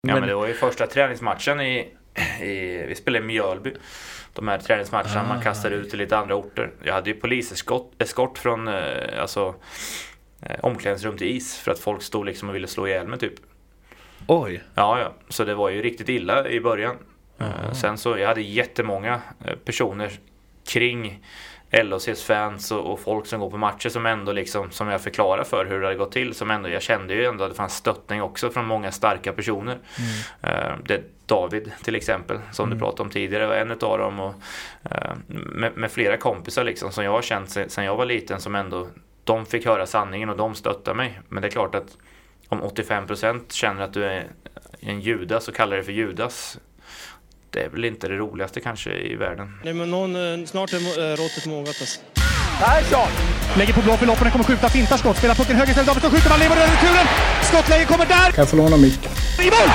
Ja, men det var ju första träningsmatchen vi spelade i Mjölby. De här träningsmatcherna man kastar ut till lite andra orter. Jag hade ju poliseskort från omklädningsrum till is för att folk stod liksom och ville slå ihjäl mig typ. Oj. Ja. Så det var ju riktigt illa i början. Sen så, jag hade jättemånga personer kring LHCs fans och folk som går på matcher som ändå liksom, som jag förklarar för hur det hade gått till, som ändå, jag kände ju ändå att det fanns stöttning också från många starka personer. Det David till exempel, som du pratade om tidigare, var en utav dem, och med flera kompisar liksom, som jag har känt sen jag var liten, som ändå, de fick höra sanningen och de stöttar mig. Men det är klart att om 85% känner att du är en Judas och kallar det för Judas, det är väl inte det roligaste kanske i världen. Nej, men snart är råttet mogat alltså. Persson! Lägger på blå för loppen, kommer skjuta, fintar skott, spelar pucken höger istället, Davidsson skjuter, man lever över returen, skottläge kommer där! Kan jag få låna micken? I mål!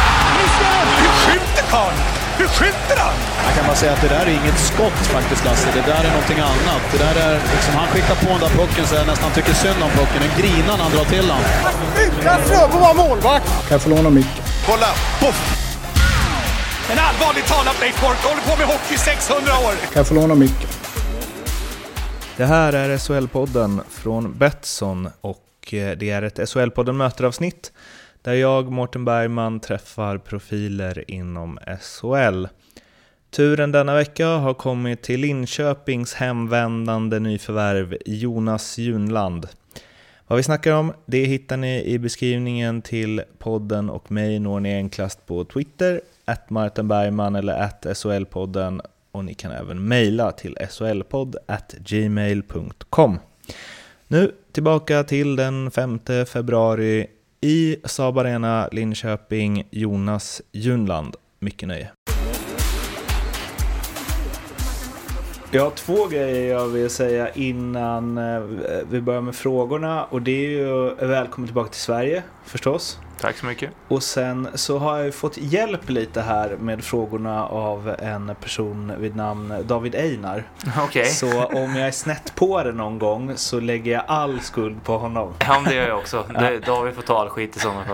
Hur skjuter Karl? Hur skjuter han? Jag kan bara säga att det där är inget skott faktiskt, Lasse. Det där är någonting annat. Det där är liksom, han skickar på den där pucken så jag nästan tycker synd om pucken. En grinan han drar till han. Utan Fröbo var målvakt! Kan jag få låna micken? Kolla! Poff! En allvarlig talat Leif Bork håller på med hockey 600 år! Kan jag få låna micken? Det här är SHL-podden från Betsson, och det är ett SHL-podden möteravsnitt där jag, Mårten Bergman, träffar profiler inom SHL. Turen denna vecka har kommit till Linköpings hemvändande nyförvärv Jonas Junland. Vad vi snackar om, det hittar ni i beskrivningen till podden, och mig når ni enklast på Twitter @martenbergman eller @SHL-podden, och ni kan även mejla till shlpodd@gmail.com. Nu tillbaka till den 5 februari i Saab Arena, Linköping, Jonas Junland. Mycket nöje. Jag har 2 grejer jag vill säga innan vi börjar med frågorna, och det är ju välkommen tillbaka till Sverige förstås. Tack så mycket. Och sen så har jag fått hjälp lite här med frågorna av en person vid namn David Einar. Okej. Så om jag är snett på det någon gång så lägger jag all skuld på honom. Ja, det gör jag också. David får ta all skit i sådana fall.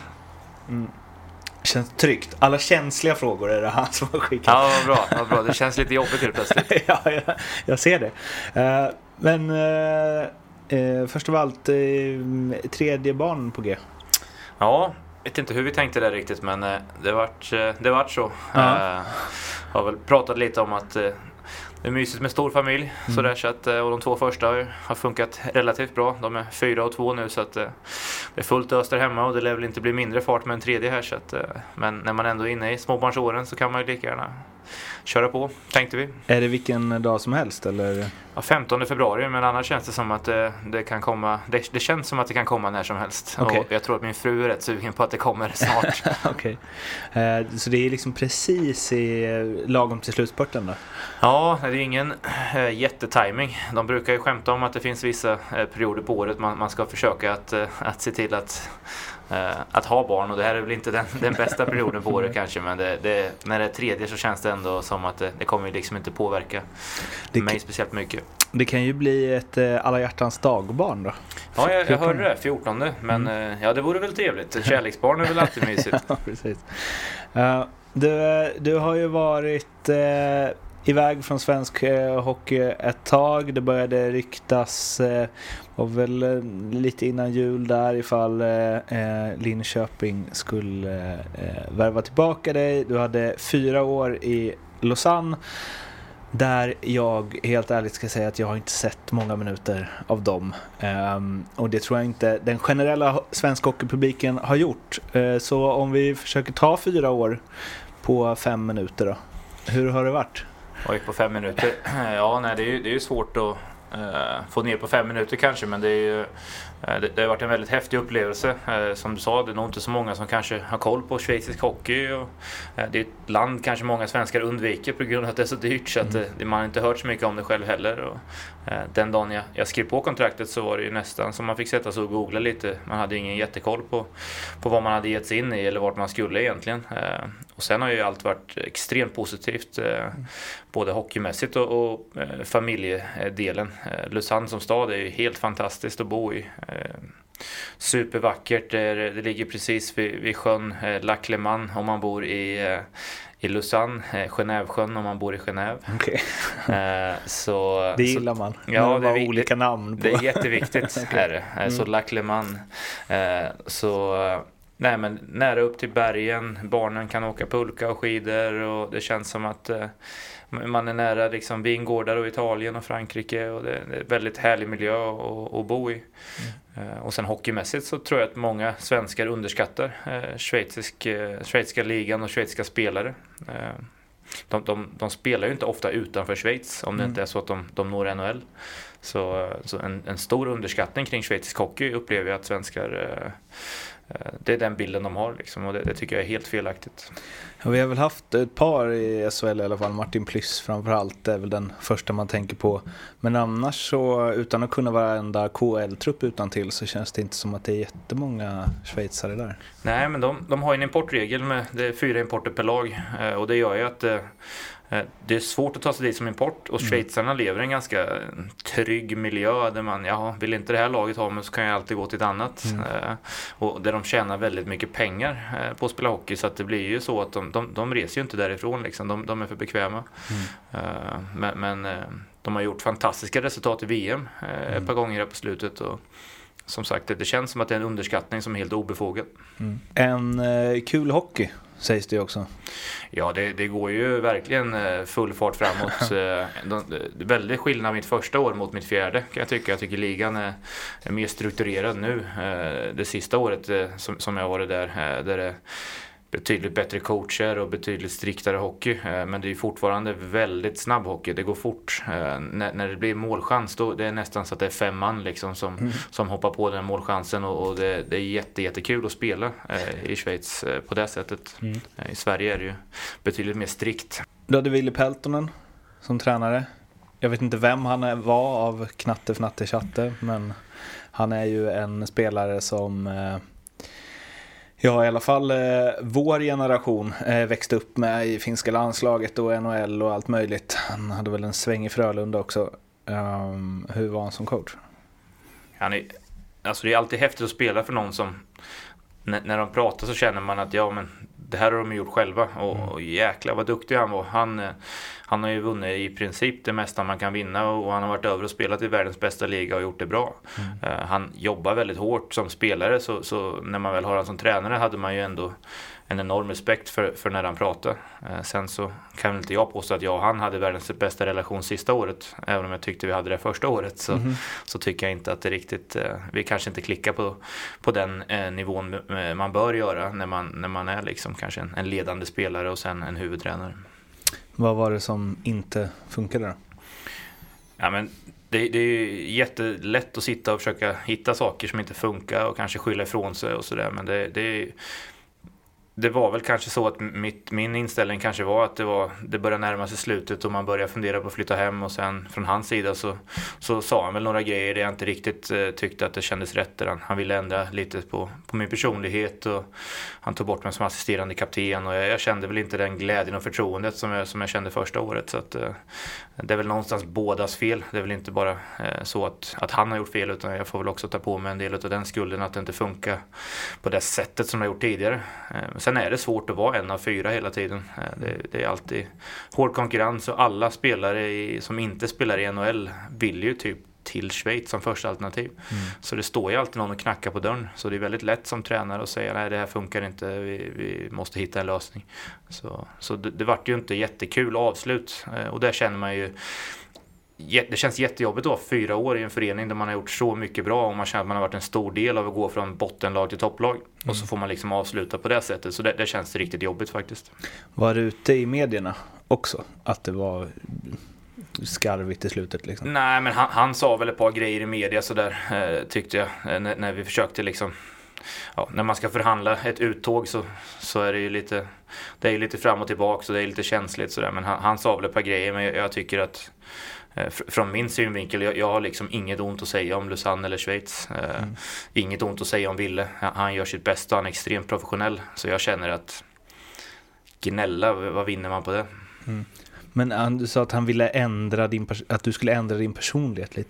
Känns tryggt. Alla känsliga frågor är det han som har skickat. Ja, vad bra. Det känns lite jobbigt helt plötsligt. Ja, jag ser det. Men först av allt, 3:e barn på G. Ja, vet inte hur vi tänkte det riktigt, men det vart så. Har väl pratat lite om att det är mysigt med stor familj, sådär, så att, och de 2 första har funkat relativt bra. De är 4 och 2 nu, så att det är fullt ös där hemma, och det lär väl inte bli mindre fart med en 3:e här, så att, men när man ändå är inne i småbarnsåren så kan man ju lika gärna köra på, tänkte vi. Är det vilken dag som helst eller? Ja, 15 februari, men annars känns det som att det kan komma, det känns som att det kan komma när som helst. Okay. Och jag tror att min fru är rätt sugen på att det kommer snart. Okej. Så det är liksom precis i lagom till slutspurten då? Ja, det är ingen jättetiming. De brukar ju skämta om att det finns vissa perioder på året man ska försöka att se till att ha barn, och det här är väl inte den bästa perioden på året kanske, men när det är 3:e så känns det ändå som att det kommer liksom inte påverka mig speciellt mycket. Det kan ju bli ett alla hjärtans dagbarn då. Ja, jag hörde det, 14:e, men ja, det vore väl trevligt. Ett kärleksbarn är väl alltid mysigt. Ja, precis. Du har ju varit iväg från svensk hockey ett tag. Det började ryktas och väl lite innan jul där ifall Linköping skulle värva tillbaka dig. Du hade 4 år i Lausanne, där jag helt ärligt ska säga att jag har inte sett många minuter av dem. Och det tror jag inte den generella svenska hockeypubliken har gjort. Så om vi försöker ta 4 år på 5 minuter då. Hur har det varit? Oj, på 5 minuter. Ja, nej, det är ju svårt att få ner på 5 minuter kanske, men det har varit en väldigt häftig upplevelse. Som du sa, det är nog inte så många som kanske har koll på schweizisk hockey, och det är ett land kanske många svenskar undviker på grund av att det är så dyrt, så att man har inte hört så mycket om det själv heller. Och den dagen jag skrev på kontraktet så var det ju nästan som man fick sätta sig och googla lite. Man hade ingen jättekoll på vad man hade gett sig in i eller vart man skulle egentligen. Och sen har ju allt varit extremt positivt, både hockeymässigt och familjedelen. Lausanne som stad är ju helt fantastiskt att bo i. supervackert. Det ligger precis vid sjön Lac Le Mans om man bor i Lausanne, Genèvesjön om man bor i Genève. Okay. Det gillar man. Ja, det var olika namn på. Det är jätteviktigt. Okay. Så Lac Le Mans. Nej, men nära upp till bergen. Barnen kan åka pulka och skidor och det känns som att man är nära liksom vingårdar och Italien och Frankrike och det är väldigt härlig miljö att bo i. Och sen hockeymässigt så tror jag att många svenskar underskattar schweiziska ligan och schweiziska spelare. De spelar ju inte ofta utanför Schweiz om det inte är så att de når NHL. Så en stor underskattning kring schweizisk hockey upplever jag att svenskar... Det är den bilden de har liksom, och det tycker jag är helt felaktigt. Ja, vi har väl haft ett par i SHL i alla fall. Martin Plyss framförallt är väl den första man tänker på. Men annars så, utan att kunna vara enda KL-trupp utan till, så känns det inte som att det är jättemånga schweizare där. Nej, men de har en importregel med det är 4 importer per lag. Och det gör ju att det är svårt att ta sig dit som import. Och schweizarna lever i en ganska trygg miljö där man, vill inte det här laget ha men så kan jag alltid gå till ett annat. Och där de tjänar väldigt mycket pengar på att spela hockey. Så att det blir ju så att de reser ju inte därifrån liksom. De är för bekväma. Men de har gjort fantastiska resultat i VM ett par gånger här på slutet. Och som sagt, det känns som att det är en underskattning som är helt obefogad. En kul hockey sägs det också. Ja, det går ju verkligen full fart framåt. Det är väldigt skillnad mitt första år mot mitt fjärde kan jag tycka. Jag tycker ligan är mer strukturerad nu. Det sista året som jag varit där det betydligt bättre coacher och betydligt striktare hockey. Men det är fortfarande väldigt snabb hockey. Det går fort. När det blir målchans då det är nästan så att det är 5 man liksom som hoppar på den målchansen och det är jättekul att spela i Schweiz på det sättet. I Sverige är det ju betydligt mer strikt. Du hade Ville Peltonen som tränare. Jag vet inte vem han var av Knatte Fnatte Chatte, men han är ju en spelare som ja, i alla fall vår generation växte upp med i finska landslaget och NHL och allt möjligt. Han hade väl en sväng i Frölunda också. Hur var han som coach? Alltså det är alltid häftigt att spela för någon som när de pratar så känner man att det här har de gjort själva och jäklar vad duktig han var. Han har ju vunnit i princip det mesta man kan vinna och han har varit över och spelat i världens bästa liga och gjort det bra. Han jobbar väldigt hårt som spelare så när man väl har han som tränare hade man ju ändå en enorm respekt för när han pratar. Sen så kan väl inte jag påstå att jag och han hade världens bästa relation sista året. Även om jag tyckte vi hade det första året så tycker jag inte att det riktigt vi kanske inte klickar på den nivån man bör göra när man är liksom kanske en ledande spelare och sen en huvudtränare. Vad var det som inte funkade då? Ja, men det är ju jättelätt att sitta och försöka hitta saker som inte funkar och kanske skylla ifrån sig och sådär. Men det var väl kanske så att min inställning kanske var att det började närma sig slutet och man började fundera på att flytta hem och sen från hans sida så sa han väl några grejer där jag inte riktigt tyckte att det kändes rätt. Han ville ändra lite på min personlighet och han tog bort mig som assisterande kapten och jag kände väl inte den glädjen och förtroendet som jag kände första året. Så att, det är väl någonstans bådas fel. Det är väl inte bara så att han har gjort fel utan jag får väl också ta på mig en del av den skulden att det inte funkar på det sättet som jag gjort tidigare. Sen är det svårt att vara en av 4 hela tiden. Det är alltid hård konkurrens och alla spelare som inte spelar i NHL vill ju typ till Schweiz som första alternativ. Så det står ju alltid någon och knackar på dörren. Så det är väldigt lätt som tränare att säga nej det här funkar inte, vi måste hitta en lösning. Så det vart ju inte jättekul avslut och där känner man ju det känns jättejobbigt att vara 4 år i en förening där man har gjort så mycket bra och man känner att man har varit en stor del av att gå från bottenlag till topplag och så får man liksom avsluta på det sättet. Så det känns riktigt jobbigt faktiskt. Var det ute i medierna också att det var skarvigt i slutet liksom? Nej, men han sa väl ett par grejer i media så där tyckte jag när vi försökte liksom när man ska förhandla ett uttåg så är det ju lite fram och tillbaka så det är lite känsligt så där, men han sa väl ett par grejer men jag tycker att från min synvinkel, jag har liksom inget ont att säga om Lausanne eller Schweiz. Inget ont att säga om Ville. Han gör sitt bästa, han är extremt professionell. Så jag känner att gnälla, vad vinner man på det? Men du sa att han ville att du skulle ändra din personlighet lite.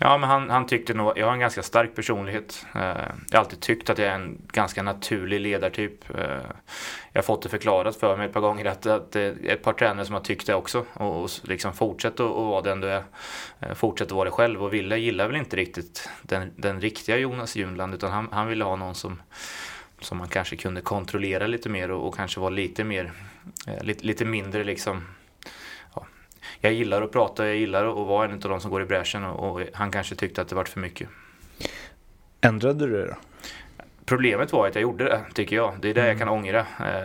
Ja, men han tyckte nog, jag har en ganska stark personlighet. Jag har alltid tyckt att jag är en ganska naturlig ledartyp. Jag har fått det förklarat för mig ett par gånger att det är ett par tränare som har tyckt det också. Och liksom fortsätt att vara den du är. Fortsätt att vara dig själv. Och Ville gillar väl inte riktigt den riktiga Jonas Junland, utan han ville ha någon som man kanske kunde kontrollera lite mer och kanske vara lite mer, lite mindre liksom. Jag gillar att prata, jag gillar att vara en av de som går i bräschen och han kanske tyckte att det var för mycket. Ändrade du det då? Problemet var att jag gjorde det, tycker jag. Det är det jag kan ångra.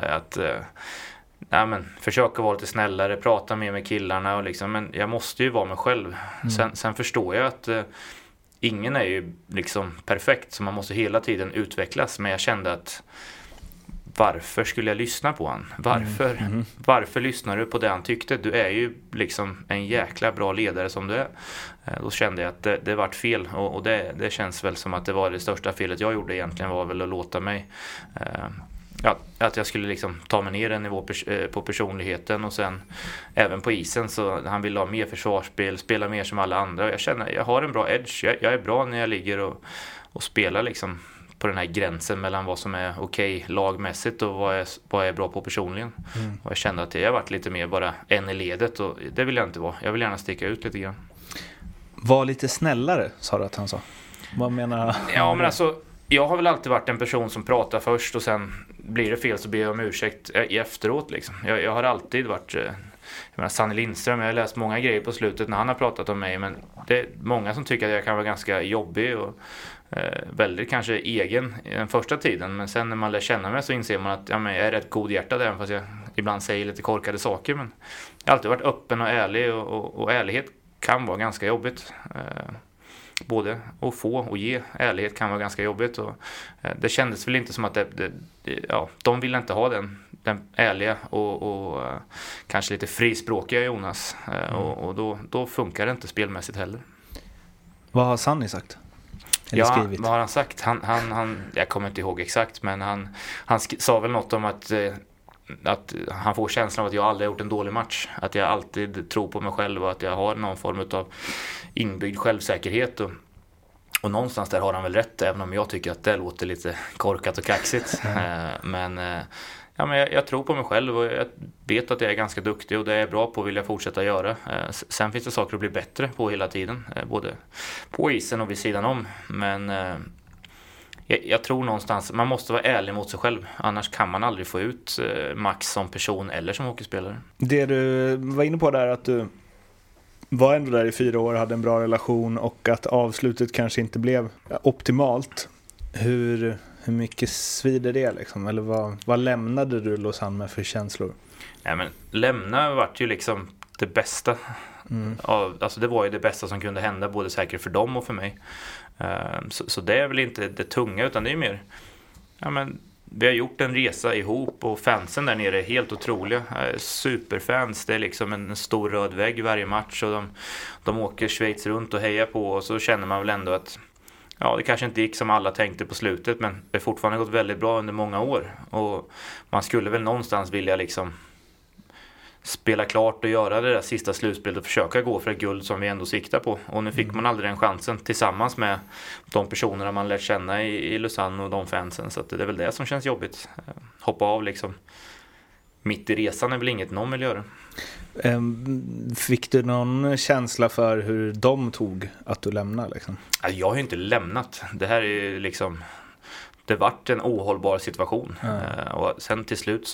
Försöka vara lite snällare, prata mer med killarna. Och liksom, men jag måste ju vara mig själv. Sen förstår jag att ingen är ju liksom perfekt, så man måste hela tiden utvecklas. Men jag kände att varför skulle jag lyssna på han? Varför lyssnar du på det han tyckte? Du är ju liksom en jäkla bra ledare som du är. Då kände jag att det vart fel. Och det känns väl som att det var det största felet jag gjorde egentligen, var väl att låta mig... att jag skulle liksom ta mig ner en nivå på personligheten, och sen även på isen så han ville ha mer försvarsspel, spela mer som alla andra. Och jag känner jag har en bra edge. Jag är bra när jag ligger och spelar liksom på den här gränsen mellan vad som är okej lagmässigt och vad jag är bra på personligen. Och jag kände att jag har varit lite mer bara en i ledet, och det vill jag inte vara. Jag vill gärna sticka ut lite grann. Var lite snällare, sa du att han sa. Vad menar han? Ja, men alltså, jag har väl alltid varit en person som pratar först, och sen blir det fel så ber jag om ursäkt efteråt liksom. Jag har alltid varit... Sanny Lindström, jag har läst många grejer på slutet när han har pratat om mig, men det är många som tycker att jag kan vara ganska jobbig och väldigt kanske egen i den första tiden, men sen när man lär känna mig så inser man att jag är rätt godhjärtad, även fast jag ibland säger lite korkade saker. Men jag har alltid varit öppen och ärlig, och ärlighet kan vara ganska jobbigt. Både att få och ge ärlighet kan vara ganska jobbigt, och det kändes väl inte som att de ville inte ha den ärliga och kanske lite frispråkiga Jonas, och då funkar det inte spelmässigt heller. Vad har Sanny sagt? Skrivit? Vad har han sagt? Han jag kommer inte ihåg exakt, men han sa väl något om att han får känslan av att jag aldrig har gjort en dålig match, att jag alltid tror på mig själv och att jag har någon form av inbyggd självsäkerhet, och någonstans där har han väl rätt, även om jag tycker att det låter lite korkat och kaxigt. Men jag tror på mig själv, och jag vet att jag är ganska duktig, och det är jag bra på och vill jag fortsätta göra. Sen finns det saker att bli bättre på hela tiden, både på isen och vid sidan om. Men jag tror någonstans man måste vara ärlig mot sig själv, annars kan man aldrig få ut max som person eller som hockeyspelare. Det du var inne på där, att du var ändå där i 4 år, hade en bra relation, och att avslutet kanske inte blev optimalt. Hur mycket svider det liksom? Eller vad lämnade du Lausanne med för känslor? Nej, men lämna vart ju liksom det bästa. Alltså det var ju det bästa som kunde hända, både säkert för dem och för mig. Så det är väl inte det tunga, utan det är mer vi har gjort en resa ihop, och fansen där nere är helt otroliga. Superfans, det är liksom en stor röd vägg varje match, och de åker Schweiz runt och hejar på, och så känner man väl ändå att det kanske inte gick som alla tänkte på slutet, men det har fortfarande gått väldigt bra under många år, och man skulle väl någonstans vilja liksom spela klart och göra det där sista slutspelet och försöka gå för ett guld som vi ändå siktar på. Och nu fick man aldrig den chansen tillsammans med de personerna man lär känna i Lausanne och de fansen. Så att det är väl det som känns jobbigt. Hoppa av liksom. Mitt i resan är väl inget någon vill göra. Fick du någon känsla för hur de tog att du lämnade liksom? Jag har ju inte lämnat. Det här är liksom... Det vart en ohållbar situation. Och sen till slut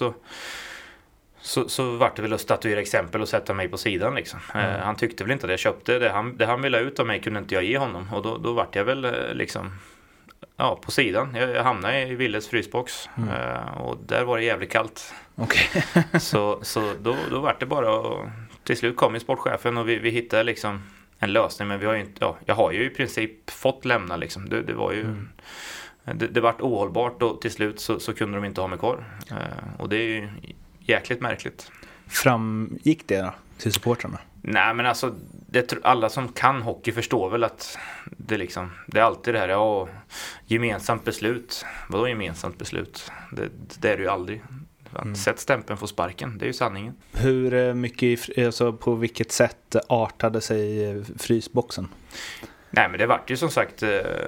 så var det väl att statuera exempel och sätta mig på sidan liksom. Han tyckte väl inte att jag köpte det han ville ut av mig, kunde inte jag ge honom, och då vart jag väl liksom på sidan. Jag hamnade i Willes frysbox, och där var det jävligt kallt. Okay. så då vart det bara, och till slut kom ju sportchefen, och vi hittade liksom en lösning, men vi har ju inte, jag har ju i princip fått lämna liksom. Det var ju det vart ohållbart, och till slut så kunde de inte ha mig kvar, och det är ju jäkligt märkligt. Framgick det då till supportrarna? Nej, men alltså alla som kan hockey förstår väl att det är alltid det här gemensamt beslut. Vadå gemensamt beslut? Det är det ju aldrig. Sätt stämpeln för sparken, det är ju sanningen. Hur mycket, alltså på vilket sätt artade sig frysboxen? Nej, men det vart ju som sagt...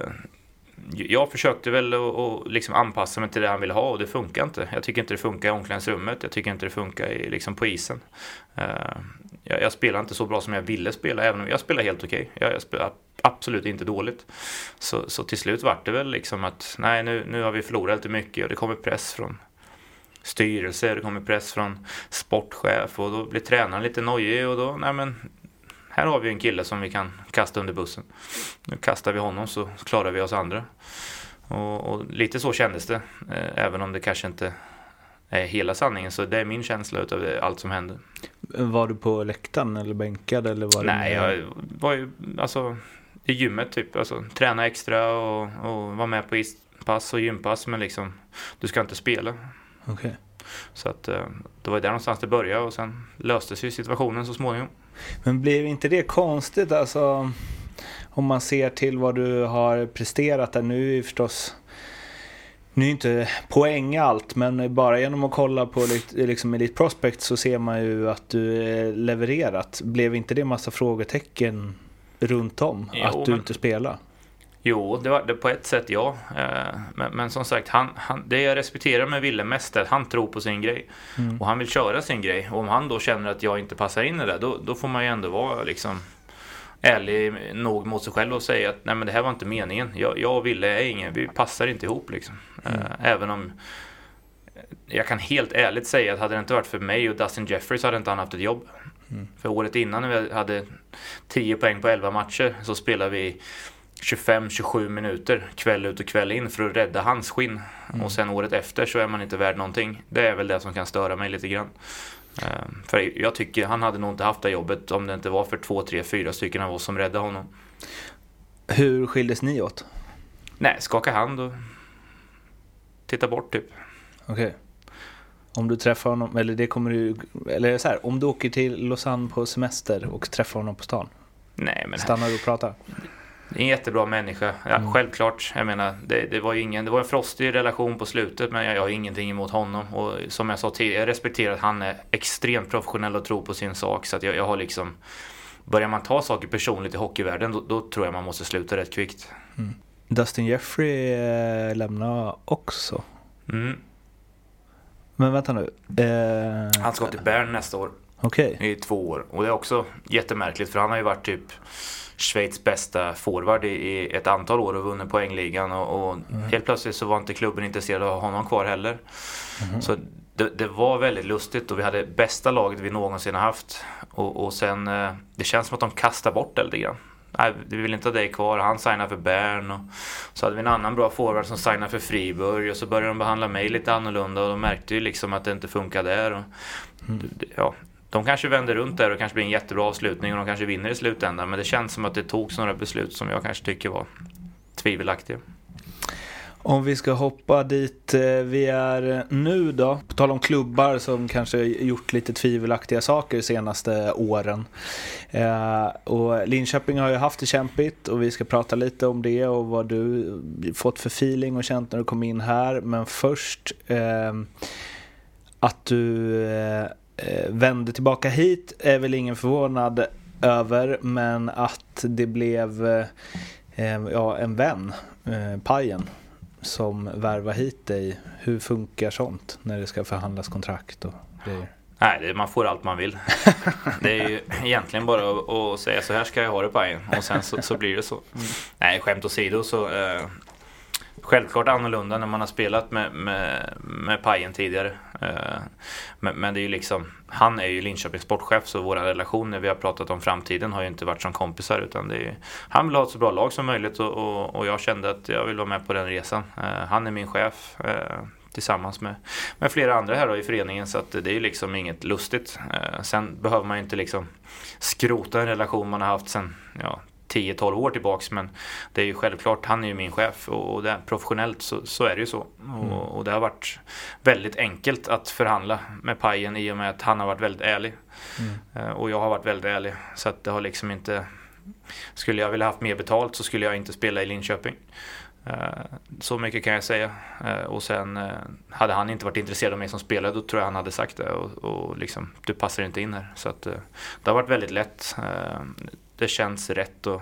Jag försökte väl att liksom anpassa mig till det han ville ha, och det funkar inte. Jag tycker inte det funkar i omklädningsrummet. Jag tycker inte det funkar liksom på isen. Jag spelar inte så bra som jag ville spela, även om jag spelar helt okej. Jag spelar absolut inte dåligt. Så till slut vart det väl liksom att nej, nu har vi förlorat lite mycket, och det kommer press från styrelse, det kommer press från sportchef, och då blir tränaren lite nojig, och då, nej men här har vi en kille som vi kan kasta under bussen. Nu kastar vi honom så klarar vi oss andra. Och lite så kändes det. Även om det kanske inte är hela sanningen, så det är min känsla utav allt som hände. Var du på läktaren eller bänkad? Eller var Nej, jag var ju alltså, i gymmet typ. Alltså, träna extra och vara med på ispass och gympass. Men liksom, du ska inte spela. Okay. Så att det var där någonstans det började, och sen löstes ju situationen så småningom. Men blir inte det konstigt alltså, om man ser till vad du har presterat där nu? Förstås, nu är inte poäng allt, men bara genom att kolla på liksom Elite Prospect så ser man ju att du är levererat. Blev inte det massa frågetecken runt om att du inte spelar? Jo, det var det på ett sätt, ja. Men som sagt, det jag respekterar med Ville mest är att han tror på sin grej. Och han vill köra sin grej. Och om han då känner att jag inte passar in i det, då får man ju ändå vara liksom ärlig nog mot sig själv och säga att nej, men det här var inte meningen. Jag och Ville är ingen, vi passar inte ihop liksom. Även om jag kan helt ärligt säga att hade det inte varit för mig och Dustin Jeffries hade inte han haft ett jobb. För året innan, när vi hade 10 poäng på 11 matcher, så spelade vi 25-27 minuter kväll ut och kväll in för att rädda hans skinn. Och sen året efter så är man inte värd någonting. Det är väl det som kan störa mig lite grann. För jag tycker han hade nog inte haft det jobbet om det inte var för 2, 3, 4 stycken av oss som räddade honom. Hur skildes ni åt? Nej, skaka hand och titta bort typ. Okej. Om du träffar honom, eller det kommer du, eller så här, om du åker till Lausanne på semester och träffar honom på stan. Nej, men stannar du och pratar? Det är en jättebra människa. Ja, självklart. Jag menar, det var en frostig relation på slutet, men jag har ingenting emot honom. Och som jag sa tidigare, jag respekterar att han är extremt professionell och tror på sin sak. Så att jag har liksom, börjar man ta saker personligt i hockeyvärlden, då tror jag man måste sluta rätt kvickt. Dustin Jeffrey lämnar också. Men vänta nu. Han ska till Bern nästa år. Okej. I 2 år. Och det är också jättemärkligt, för han har ju varit typ Schweiz bästa forward i ett antal år och vunnit poängligan, och helt plötsligt så var inte klubben intresserad av honom kvar heller. Så det var väldigt lustigt, och vi hade bästa laget vi någonsin har haft, och sen det känns som att de kastar bort det lite grann. Nej, vi vill inte ha dig kvar. Han signade för Bern, och så hade vi en annan bra forward som signade för Friburg, och så började de behandla mig lite annorlunda, och de märkte ju liksom att det inte funkar där, och ja, de kanske vänder runt där och kanske blir en jättebra avslutning, och de kanske vinner i slutändan. Men det känns som att det togs några beslut som jag kanske tycker var tvivelaktiga. Om vi ska hoppa dit vi är nu då, på tal om klubbar som kanske gjort lite tvivelaktiga saker de senaste åren. Och Linköping har ju haft det kämpigt, och vi ska prata lite om det och vad du fått för feeling och känt när du kom in här. Men först att du vände tillbaka hit är väl ingen förvånad över, men att det blev en vän, Pajen, som värvar hit dig. Hur funkar sånt när det ska förhandlas kontrakt och grejer? Nej, man får allt man vill. Det är ju egentligen bara att säga så här ska jag ha det, Pajen, och sen så blir det så. Nej, skämt åsido, så självklart annorlunda när man har spelat med Pajen tidigare. Men det är ju liksom, han är ju Linköpings sportchef, så våra relationer vi har pratat om framtiden har ju inte varit som kompisar, utan det är, han vill ha ett så bra lag som möjligt, och jag kände att jag vill vara med på den resan. Han är min chef, tillsammans med flera andra här då i föreningen, så att det är ju liksom inget lustigt. Sen behöver man ju inte liksom skrota en relation man har haft sen 10-12 år tillbaks, men det är ju självklart, han är ju min chef, och det är professionellt så är det ju så. Och det har varit väldigt enkelt att förhandla med Pajen i och med att han har varit väldigt ärlig. Och jag har varit väldigt ärlig, så att det har liksom inte, skulle jag vilja haft mer betalt så skulle jag inte spela i Linköping. Så mycket kan jag säga. Och sen hade han inte varit intresserad av mig som spelare, då tror jag han hade sagt det, och liksom, du passar inte in här. Så att det har varit väldigt lätt. Det känns rätt, och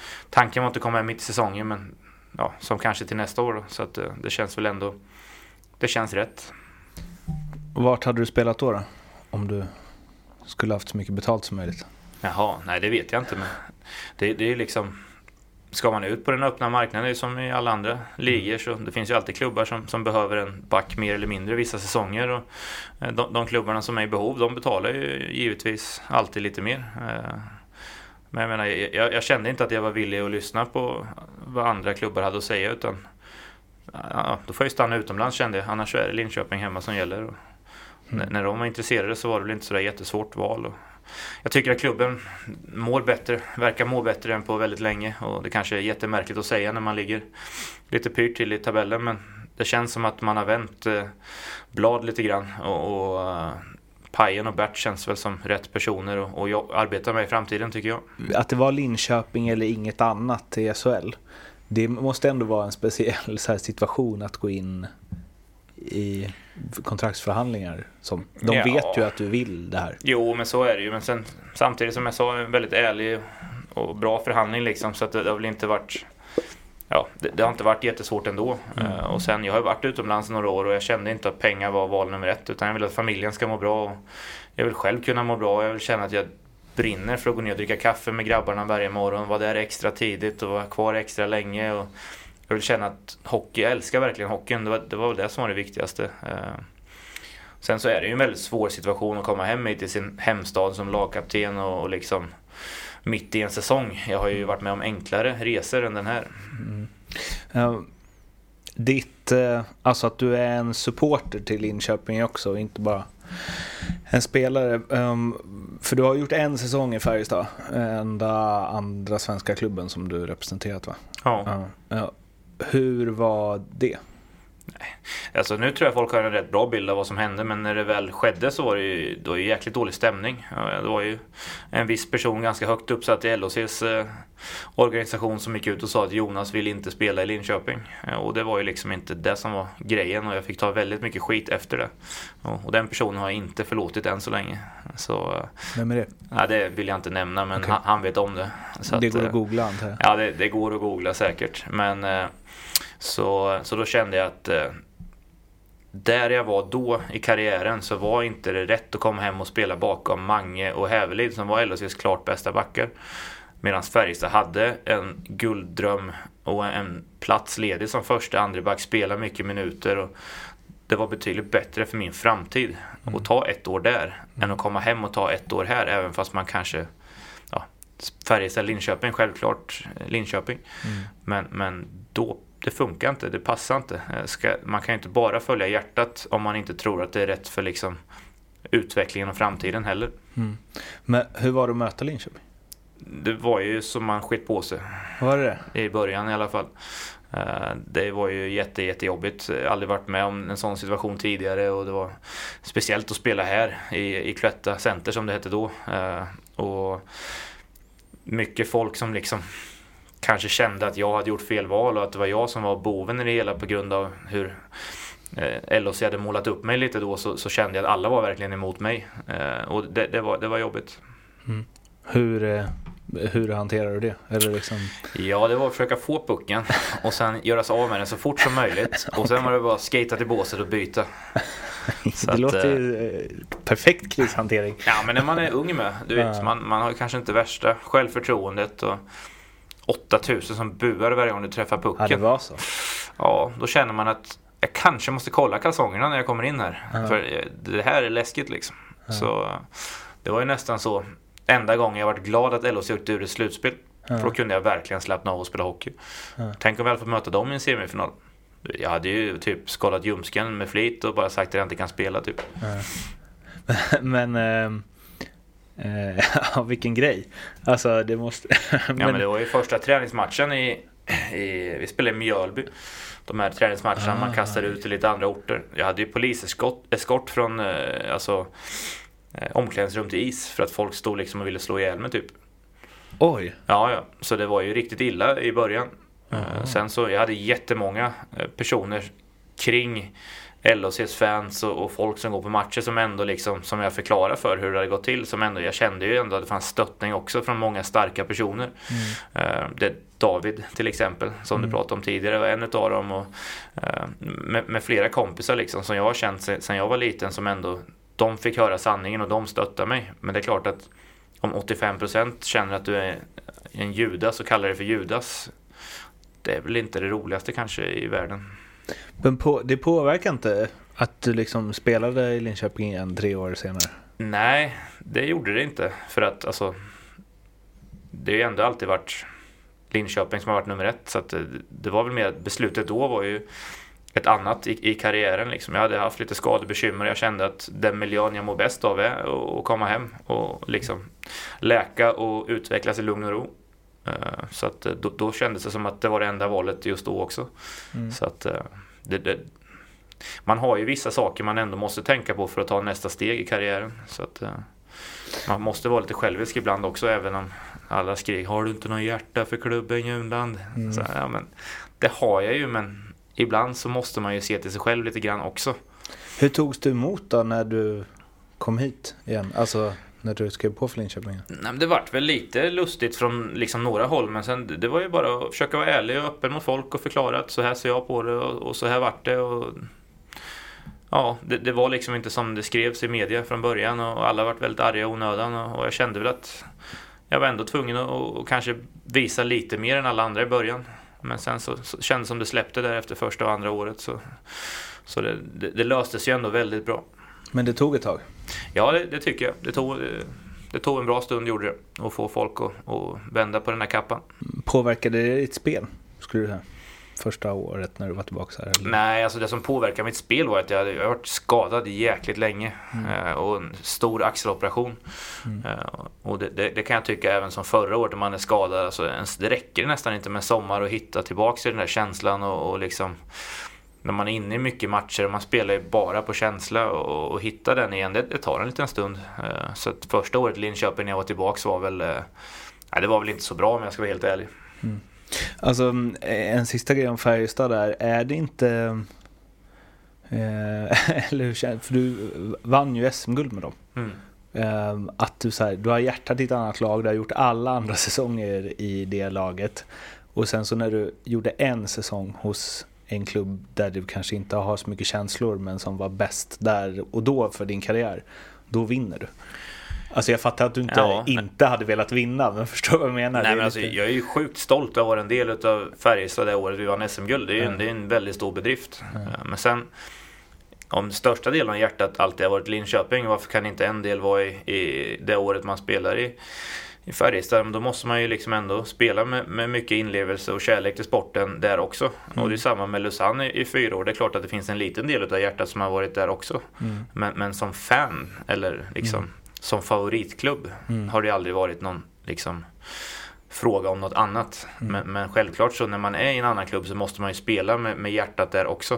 tanken var inte att komma hem mitt i säsongen, men ja, som kanske till nästa år då. Så att det känns väl ändå, det känns rätt. Vart hade du spelat då? Om du skulle haft så mycket betalt som möjligt? Jaha, nej det vet jag inte, men det är liksom, ska man ut på den öppna marknaden, det är som i alla andra ligor, så det finns ju alltid klubbar som behöver en back mer eller mindre vissa säsonger, och de klubbarna som är i behov, de betalar ju givetvis alltid lite mer. Men jag menar, jag kände inte att jag var villig att lyssna på vad andra klubbar hade att säga, utan ja, då får jag stanna utomlands, kände jag. Annars är det Linköping hemma som gäller. Och när de var intresserade så var det väl inte så där jättesvårt val. Och jag tycker att klubben verkar må bättre än på väldigt länge. Och det kanske är jättemärkligt att säga när man ligger lite pyrt till i tabellen, men det känns som att man har vänt blad lite grann. Och Pajen och Bert känns väl som rätt personer och jag arbetar med i framtiden, tycker jag. Att det var Linköping eller inget annat i SHL, det måste ändå vara en speciell så här situation att gå in i kontraktsförhandlingar. De vet ju att du vill det här. Jo, men så är det ju. Men sen, samtidigt som jag sa, en väldigt ärlig och bra förhandling liksom, så att det har väl inte varit... Ja, det har inte varit jättesvårt ändå. Och sen, jag har varit utomlands några år och jag kände inte att pengar var val nummer 1, utan jag vill att familjen ska må bra. Och jag vill själv kunna må bra. Jag vill känna att jag brinner för att gå ner och dricka kaffe med grabbarna varje morgon. Vara där extra tidigt och vara kvar extra länge. Och jag vill känna att jag älskar verkligen hockeyn. Det var väl det som var det viktigaste. Sen så är det ju en väldigt svår situation att komma hem till sin hemstad som lagkapten och liksom mitt i en säsong. Jag har ju varit med om enklare resor än den här. Alltså att du är en supporter till Linköping också och inte bara en spelare. För du har gjort en säsong i Färjestad, enda andra svenska klubben som du representerat, va? Ja. Hur var det? Nej. Alltså nu tror jag folk har en rätt bra bild av vad som hände, men när det väl skedde så var det ju jäkligt dålig stämning. Det var ju en viss person ganska högt uppsatt i LHCs organisation som gick ut och sa att Jonas vill inte spela i Linköping. Och det var ju liksom inte det som var grejen, och jag fick ta väldigt mycket skit efter det. Och den personen har jag inte förlåtit än så länge. Så, vem är det? Ja, det vill jag inte nämna, men okay. Han vet om det. Så det går att googla, antar jag. Ja, det går att googla säkert. Men så då kände jag att där jag var då i karriären så var inte det rätt att komma hem och spela bakom Mange och Hävelid som var LHCs klart bästa backar. Medan Färjestad hade en gulddröm och en plats ledig som första andra back, spela mycket minuter, och det var betydligt bättre för min framtid att ta ett år där än att komma hem och ta ett år här, även fast man kanske Färjestad, Linköping, självklart Linköping. Men då det funkar inte, det passar inte. Man kan inte bara följa hjärtat om man inte tror att det är rätt för liksom utvecklingen och framtiden heller. Men hur var det att möta Linköping? Det var ju som man skit på sig. Var det? I början i alla fall. Det var ju jättejobbigt. Jag har aldrig varit med om en sån situation tidigare, och det var speciellt att spela här i Cloetta Center som det hette då. Och mycket folk som liksom kanske kände att jag hade gjort fel val och att det var jag som var boven i det hela på grund av hur LHC hade målat upp mig lite då, så kände jag att alla var verkligen emot mig. Och det var jobbigt. Hur hanterar du det? Eller liksom... Ja, det var att försöka få pucken och sen göra sig av med den så fort som möjligt. Och sen var det bara skata till båset och byta. Det låter ju perfekt krishantering. Ja, men när man är ung med, du vet, man har kanske inte värsta självförtroendet och 8000 som buar varje gång du träffar pucken. Ja, det var så. Ja, då känner man att jag kanske måste kolla kalsongerna när jag kommer in här. För det här är läskigt liksom. Så det var ju nästan så. Enda gången jag varit glad att LHC gjort ur ett slutspel. För då kunde jag verkligen slappna av och spela hockey. Tänk om vi hade fått möta dem i en semifinal. Jag hade ju typ skalat ljumsken med flit och bara sagt att jag inte kan spela typ. Men vilken grej. Alltså det måste... men det var ju första träningsmatchen vi spelade i Mjölby. De här träningsmatcherna man kastar ut till lite andra orter. Jag hade ju poliseskort från omklädningsrum till is för att folk stod liksom och ville slå ihjäl mig typ. Oj. Ja. Så det var ju riktigt illa i början. Sen så jag hade jättemånga personer kring LHCs fans och folk som går på matcher som ändå liksom, som jag förklarar för hur det hade gått till, som ändå, jag kände ju ändå att det fanns stöttning också från många starka personer. Det David till exempel, som du pratade om tidigare, var en utav dem, och med flera kompisar liksom, som jag har känt sedan jag var liten, som ändå, de fick höra sanningen och de stöttar mig. Men det är klart att om 85% känner att du är en Judas och kallar det för Judas, det är väl inte det roligaste kanske i världen. Men det påverkar inte att du liksom spelade i Linköping igen 3 år senare? Nej, det gjorde det inte. För att alltså, det har ju ändå alltid varit Linköping som har varit nummer 1. Så att det var väl mer, beslutet då var ju ett annat i karriären liksom. Jag hade haft lite skadebekymmer. Jag kände att den miljön jag mår bäst av är att komma hem och liksom läka och utvecklas i lugn och ro. Så att då kändes det som att det var det enda valet just då också. Så att man har ju vissa saker man ändå måste tänka på för att ta nästa steg i karriären. Så att man måste vara lite självisk ibland också, även om alla skriker, har du inte någon hjärta för klubben Junland? Så, ja, men det har jag ju, men ibland så måste man ju se till sig själv lite grann också. Hur togs du emot då när du kom hit igen? Alltså när du skrev på för Linköping? Nej, men det vart väl lite lustigt från liksom några håll, men sen det var ju bara att försöka vara ärlig och öppen mot folk och förklara att så här ser jag på det och så här vart det. Och ja, det var liksom inte som det skrevs i media från början, och alla varit väldigt arga och onödan, och jag kände väl att jag var ändå tvungen att kanske visa lite mer än alla andra i början. Men sen så kändes som det släppte där efter första och andra året, så det löstes ju ändå väldigt bra. Men det tog ett tag? Ja, det tycker jag. Det tog en bra stund, gjorde det, att få folk att vända på den här kappan. Påverkade det ditt spel, skulle du säga, första året när du var tillbaka här? Eller? Nej, alltså det som påverkade mitt spel var att jag hade varit skadad jäkligt länge, och en stor axeloperation. Och det kan jag tycka även som förra året, när man är skadad, alltså, det räcker nästan inte med sommar och hitta tillbaka i den där känslan, och liksom när man är inne i mycket matcher, man spelar ju bara på känsla, och hitta den igen, det tar en liten stund. Så att första året i Linköping när jag var tillbaka var väl, det var väl inte så bra, om jag ska vara helt ärlig. Alltså en sista grej om Färjestad där, är det inte eller hur känns, för du vann ju SM-guld med dem. Att du har hjärtat i ett annat lag, du har gjort alla andra säsonger i det laget, och sen så när du gjorde en säsong hos en klubb där du kanske inte har så mycket känslor, men som var bäst där och då för din karriär, då vinner du. Alltså jag fattar att du inte hade velat vinna, men förstår vad jag menar. Nej, men alltså, jag är ju sjukt stolt att vara en del av Färjestad det året vi vann SM-guld. Det är en väldigt stor bedrift. Men sen, om största delen av hjärtat alltid har varit Linköping, varför kan inte en del vara i det året man spelar i Färjestad? Då måste man ju liksom ändå spela med mycket inlevelse och kärlek till sporten där också. Och det är samma med Lausanne i 4 år. Det är klart att det finns en liten del av hjärtat som har varit där också. Men som fan, eller liksom som favoritklubb, har det aldrig varit någon liksom fråga om något annat. Men självklart så när man är i en annan klubb så måste man ju spela med hjärtat där också.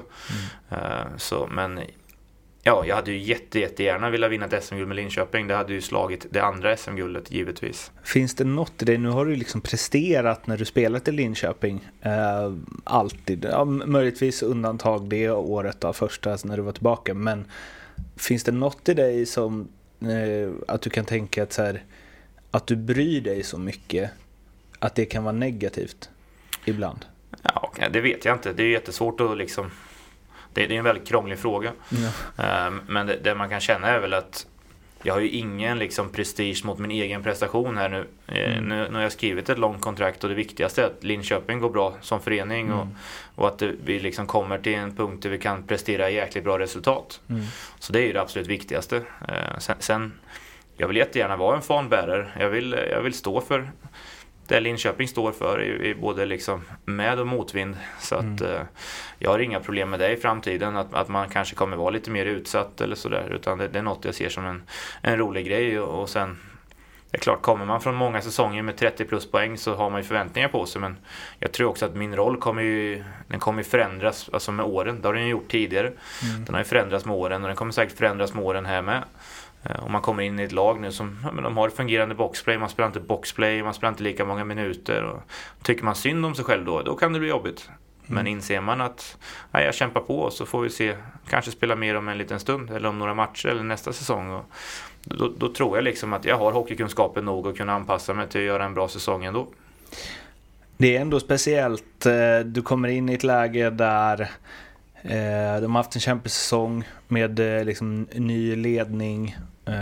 Men ja, jag hade ju jättegärna velat vinna ett SM-guld med Linköping. Det hade ju slagit det andra SM-guldet givetvis. Finns det något i det? Nu har du liksom presterat när du spelat i Linköping. Alltid. Ja, möjligtvis undantag det året då, första när du var tillbaka. Men finns det något i dig som att du kan tänka att, så här, att du bryr dig så mycket att det kan vara negativt ibland? Ja, det vet jag inte. Det är jättesvårt att liksom... Det är en väldigt krånglig fråga. Men det man kan känna är väl att jag har ju ingen liksom prestige mot min egen prestation här nu. Nu har jag skrivit ett långt kontrakt, och det viktigaste är att Linköping går bra som förening, och att vi liksom kommer till en punkt där vi kan prestera jäkligt bra resultat. Så det är ju det absolut viktigaste. Sen jag vill jättegärna vara en fanbärare. Jag vill stå för det Linköping står för i både liksom med- och motvind. Så att jag har inga problem med det i framtiden, att man kanske kommer vara lite mer utsatt eller sådär, utan det är något jag ser som en rolig grej. Och sen, det är klart, kommer man från många säsonger med 30 plus poäng så har man ju förväntningar på sig, men jag tror också att min roll kommer förändras alltså med åren. Det har den ju gjort tidigare. Den har ju förändrats med åren, och den kommer säkert förändras med åren här med. Om man kommer in i ett lag nu som de har fungerande boxplay, man spelar inte boxplay, man spelar inte lika många minuter, och tycker man synd om sig själv då kan det bli jobbigt. Men inser man att jag kämpar på, så får vi se, kanske spela mer om en liten stund eller om några matcher eller nästa säsong. Och då tror jag liksom att jag har hockeykunskapen nog att kunna anpassa mig till att göra en bra säsong ändå. Det är ändå speciellt. Du kommer in i ett läge där de har haft en kämpesäsong med liksom ny ledning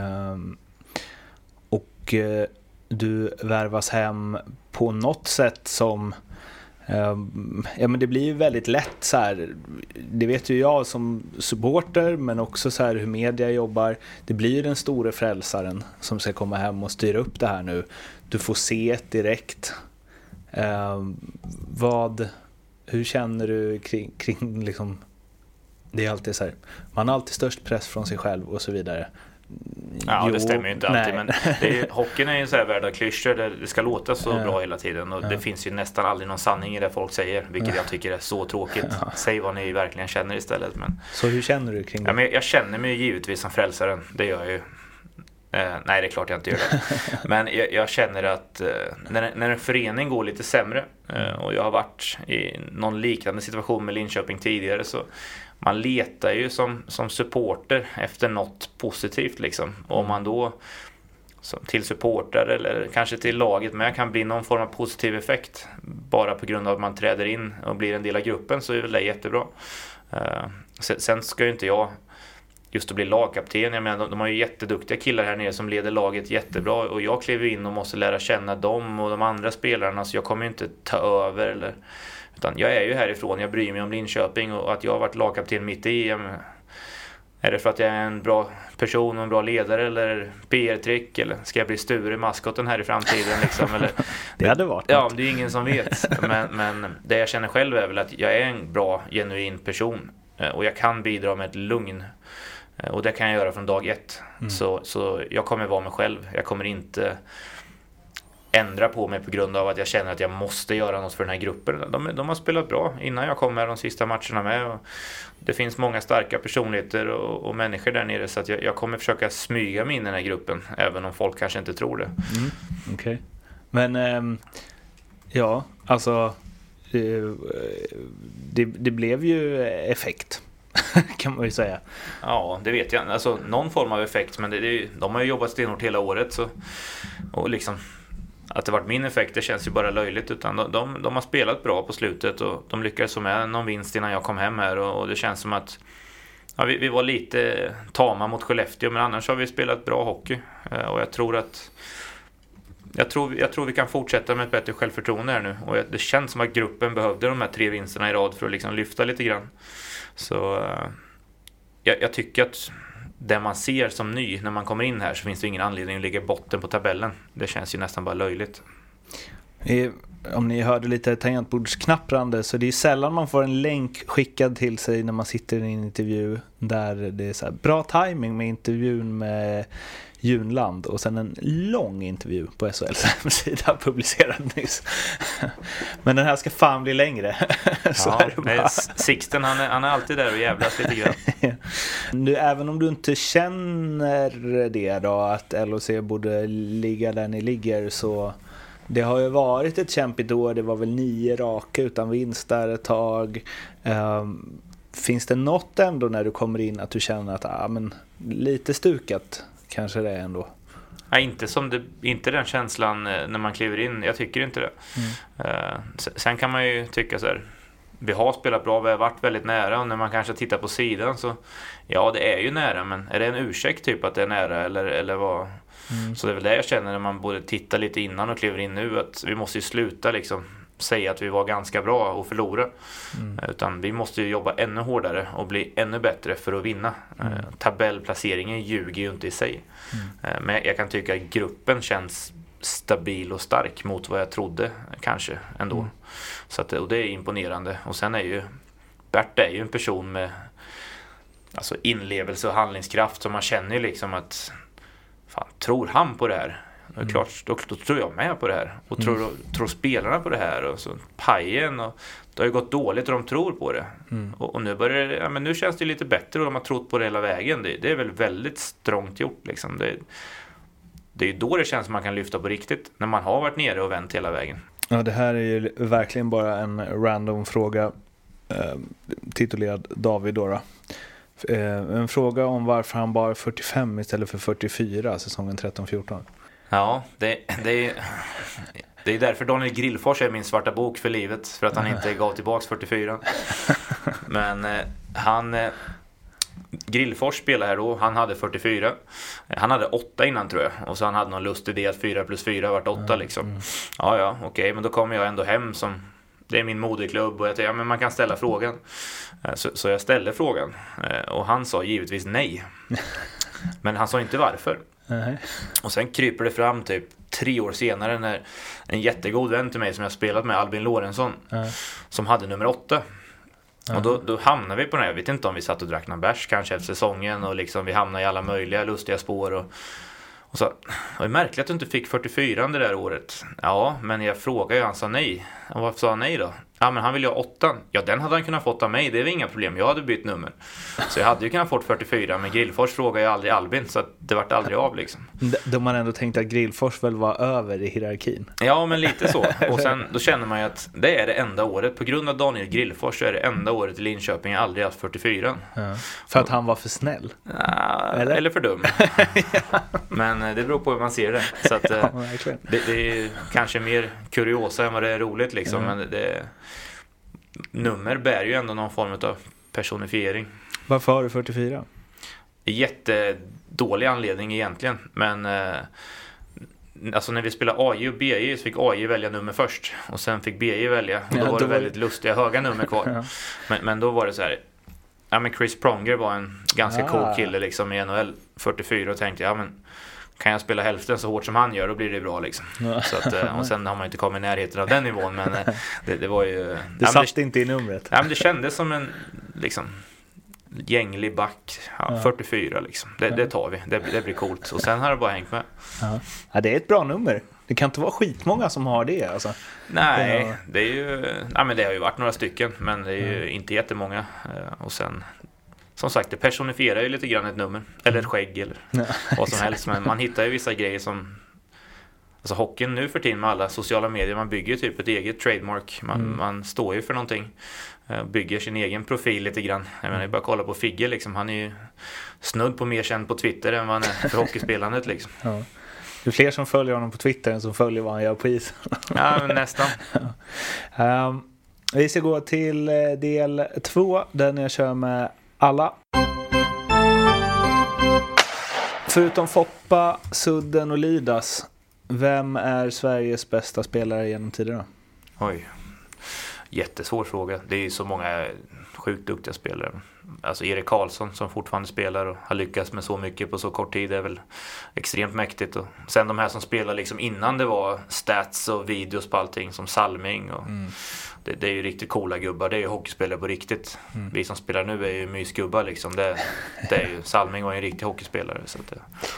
och du värvas hem på något sätt som men det blir ju väldigt lätt så här. Det vet ju jag som supporter, men också så här hur media jobbar. Det blir ju den stora frälsaren som ska komma hem och styra upp det här nu. Du får se direkt. Hur känner du kring liksom, det är alltid så här, man har alltid störst press från sig själv och så vidare. Ja, det stämmer ju inte alltid, men hockeyn är ju en sån här värld av klyschor där det ska låta så bra hela tiden, och det finns ju nästan aldrig någon sanning i det folk säger, vilket jag tycker är så tråkigt. Säg vad ni verkligen känner istället. Men så hur känner du kring det? Ja, men jag känner mig givetvis som frälsaren, det gör jag ju. Nej, det är klart jag inte gör det. Men jag känner att när en förening går lite sämre, och jag har varit i någon liknande situation med Linköping tidigare, så man letar ju som supporter efter något positivt liksom. Och om man då till supporter eller kanske till laget med kan bli någon form av positiv effekt bara på grund av att man träder in och blir en del av gruppen, så är det jättebra. Sen ska ju inte jag just att bli lagkapten. Jag menar, de har ju jätteduktiga killar här nere som leder laget jättebra, och jag kliver in och måste lära känna dem och de andra spelarna, så jag kommer ju inte ta över utan jag är ju härifrån, jag bryr mig om Linköping, och att jag har varit lagkapten mitt i, är det för att jag är en bra person och en bra ledare, eller PR-trick, eller ska jag bli Sture, maskoten här i framtiden liksom, eller det hade varit ja, det är ingen som vet. Men det jag känner själv är väl att jag är en bra, genuin person, och jag kan bidra med ett lugn. Och det kan jag göra från dag ett. Så jag kommer vara mig själv. Jag kommer inte ändra på mig på grund av att jag känner att jag måste göra något för den här gruppen. De har spelat bra innan jag kom med de sista matcherna med. Och det finns många starka personligheter och människor där nere, så att jag kommer försöka smyga mig in i den här gruppen, även om folk kanske inte tror det. Okej. Men ja, alltså det blev ju effekt. Kan man ju säga. Ja, det vet jag. Alltså någon form av effekt, men de har ju jobbat stenhårt hela året, så, och liksom att det varit min effekt, det känns ju bara löjligt, utan de har spelat bra på slutet, och de lyckades med någon vinst innan jag kom hem här, och det känns som att vi var lite tama mot Skellefteå, men annars har vi spelat bra hockey, och jag tror vi kan fortsätta med ett bättre självförtroende här nu, och det känns som att gruppen behövde de här 3 vinsterna i rad för att liksom lyfta lite grann. Så jag tycker att det man ser som ny när man kommer in här, så finns det ingen anledning att ligga i botten på tabellen. Det känns ju nästan bara löjligt. Om ni hörde lite tangentbordsknapprande, så det är sällan man får en länk skickad till sig när man sitter i en intervju där det är så här, bra timing med intervjun med Junland, och sen en lång intervju på SHLs hemsida publicerad nyss. Men den här ska fan bli längre. Så ja, är Sixten, han är alltid där och jävlas lite grann. Nu, även om du inte känner det då, att LHC borde ligga där ni ligger, så det har ju varit ett kämpigt år. Det var väl 9 raka utan vinst där ett tag. Finns det något ändå när du kommer in att du känner att men lite stukat kanske det är ändå? Ja, inte den känslan när man kliver in. Jag tycker inte det. Sen kan man ju tycka så här, vi har spelat bra, vi har varit väldigt nära, och när man kanske tittar på sidan så ja, det är ju nära, men är det en ursäkt typ att det är nära, eller vad? Så det är väl det jag känner när man både tittar lite innan och kliver in nu, att vi måste ju sluta liksom säga att vi var ganska bra och förlora, utan vi måste ju jobba ännu hårdare och bli ännu bättre för att vinna. Tabellplaceringen ljuger ju inte i sig, men jag kan tycka att gruppen känns stabil och stark mot vad jag trodde kanske ändå. Så att, och det är imponerande. Och sen är ju Bert är ju en person med alltså inlevelse och handlingskraft, som man känner ju liksom att fan, tror han på det här? Det är klart, då tror jag med på det här. Och tror spelarna på det här? Och så pajen, och det har ju gått dåligt och de tror på det. Och nu börjar det, men nu känns det lite bättre, och de har trott på det hela vägen. Det är väl väldigt strångt gjort liksom. Det är ju då det känns som man kan lyfta på riktigt, när man har varit nere och vänt hela vägen. Ja, det här är ju verkligen bara en random fråga. titulerad David då. En fråga om varför han bar 45 istället för 44 säsongen 13-14. Ja, det är därför Daniel Grillfors är min svarta bok för livet. För att han inte gav tillbaks 44. Men Grillfors spelade här då. Han hade 44. Han hade 8 innan tror jag. Och så han hade någon lustig idé att 4 plus 4 vart 8 liksom. Ja, okej. Men då kommer jag ändå hem som... Det är min moderklubb och jag tänkte, men man kan ställa frågan. Så jag ställde frågan. Och han sa givetvis nej. Men han sa inte varför. Och sen kryper det fram typ 3 år senare när en jättegod vän till mig som jag spelat med, Albin Lorentzon, som hade nummer 8. Och då hamnade vi på det här. Jag vet inte om vi satt och drack någon bärs kanske efter säsongen och liksom vi hamnade i alla möjliga lustiga spår och så, det är märkligt att du inte fick 44 det där året. Ja, men jag frågade ju, han sa nej. Och varför sa han nej då? Ja, men han ville ha 8. Ja, den hade han kunnat fått av mig, det är inga problem. Jag hade bytt nummer. Så jag hade ju kunnat fått 44, men Grillfors frågade ju aldrig Albin, så att det vart aldrig av liksom. Då man ändå tänkte att Grillfors väl var över i hierarkin. Ja, men lite så. Och sen då känner man ju att det är det enda året. På grund av Daniel Grillfors så är det enda året i Linköping jag aldrig haft 44. Ja. För att han var för snäll? Eller för dum. Men det beror på hur man ser det. Så att, det är kanske mer kuriosa än vad det är roligt liksom. Men nummer bär ju ändå någon form av personifiering. Varför har du 44? Jättedålig anledning egentligen. Men alltså när vi spelade AJ och BJ så fick AJ välja nummer först. Och sen fick BJ välja. Och då var det väldigt lustiga höga nummer kvar. Men då var det så här. Ja, men Chris Pronger var en ganska cool kille liksom i NHL 44 och tänkte ja, men kan jag spela hälften så hårt som han gör, då blir det bra liksom. Så att, och sen har man inte kommit i närheten av den nivån, men det var ju... Det satt inte i numret. Ja, men det kändes som en liksom gänglig back. 44 liksom. Det tar vi. Det blir coolt. Och sen har det bara hängt med. Ja, det är ett bra nummer. Det kan inte vara skitmånga som har det alltså. Nej, det är ju... Ja, men det har ju varit några stycken, men det är ju inte jättemånga. Och sen... Som sagt, det personifierar ju lite grann ett nummer. Eller ett skägg eller vad som helst. Men man hittar ju vissa grejer som... Alltså hockeyn nu för tiden med alla sociala medier. Man bygger typ ett eget trademark. Man står ju för någonting. Bygger sin egen profil lite grann. Jag menar, bara kolla på Figge liksom. Han är ju snudd på mer känd på Twitter än vad han är för hockeyspelandet liksom. Ja. Det är fler som följer honom på Twitter än som följer vad han gör på isen. Ja, nästan. Vi ska gå till del 2. Där jag kör med alla. Förutom Foppa, Sudden och Lidas, vem är Sveriges bästa spelare genom tiderna? Oj, jättesvår fråga. Det är ju så många sjukt duktiga spelare. Alltså Erik Karlsson som fortfarande spelar och har lyckats med så mycket på så kort tid är väl extremt mäktigt. Och sen de här som spelar liksom innan det var stats och videos på allting som Salming och det är ju riktigt coola gubbar. Det är ju hockeyspelare på riktigt. Vi som spelar nu är ju mysgubbar liksom. Det är ju, Salming var ju en riktig hockeyspelare så att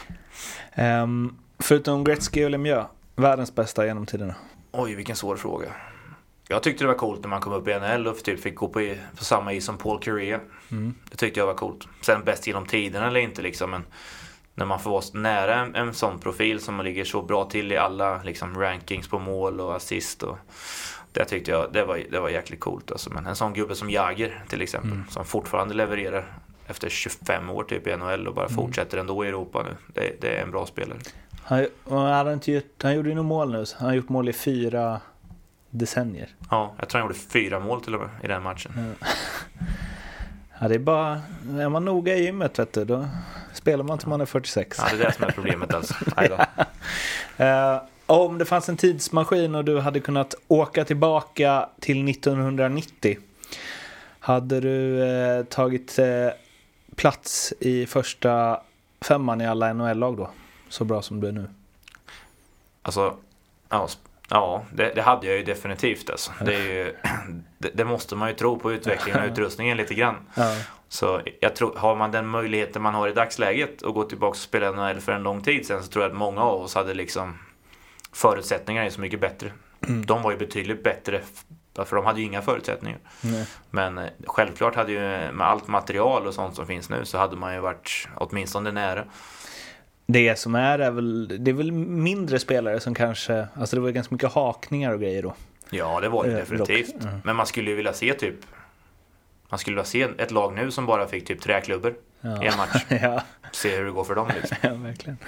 förutom Gretzky och Lemieux, världens bästa genom tiderna? Oj, vilken svår fråga. Jag tyckte det var coolt när man kom upp i NHL och typ fick gå på samma is som Paul Kariya. Det tyckte jag var coolt. Sen bäst genom tiden eller inte liksom, men när man får vara nära en sån profil som ligger så bra till i alla liksom rankings på mål och assist och det tyckte jag det var jäkligt coolt alltså. Men en sån gubbe som Jagr till exempel som fortfarande levererar efter 25 år typ i NHL och bara fortsätter ändå i Europa nu. Det är en bra spelare. Han gjorde ju nog mål nu. Han har gjort mål i 4 decennier. Ja, jag tror han gjorde 4 mål till och med i den matchen. Ja, det är bara... Är man noga i gymmet, vet du, då spelar man till man är 46. Ja, det är det som är problemet alltså. Om det fanns en tidsmaskin och du hade kunnat åka tillbaka till 1990, hade du tagit plats i första 5:an i alla NHL-lag då? Så bra som du är nu. Alltså, ja, det hade jag ju definitivt alltså. Det måste man ju tro på utvecklingen och utrustningen lite grann. Så jag tror, har man den möjligheten man har i dagsläget och gå tillbaka och spela NHL för en lång tid sen, så tror jag att många av oss hade liksom förutsättningar är så mycket bättre. De var ju betydligt bättre för de hade ju inga förutsättningar. Men självklart hade ju med allt material och sånt som finns nu så hade man ju varit åtminstone nära. Det som är väl mindre spelare som kanske, alltså det var ganska mycket hakningar och grejer då. Ja, det var det definitivt. Men man skulle ju vilja se typ Man skulle se ett lag nu som bara fick typ träklubbor i en match. Ja. Se hur det går för dem liksom. Ja, verkligen.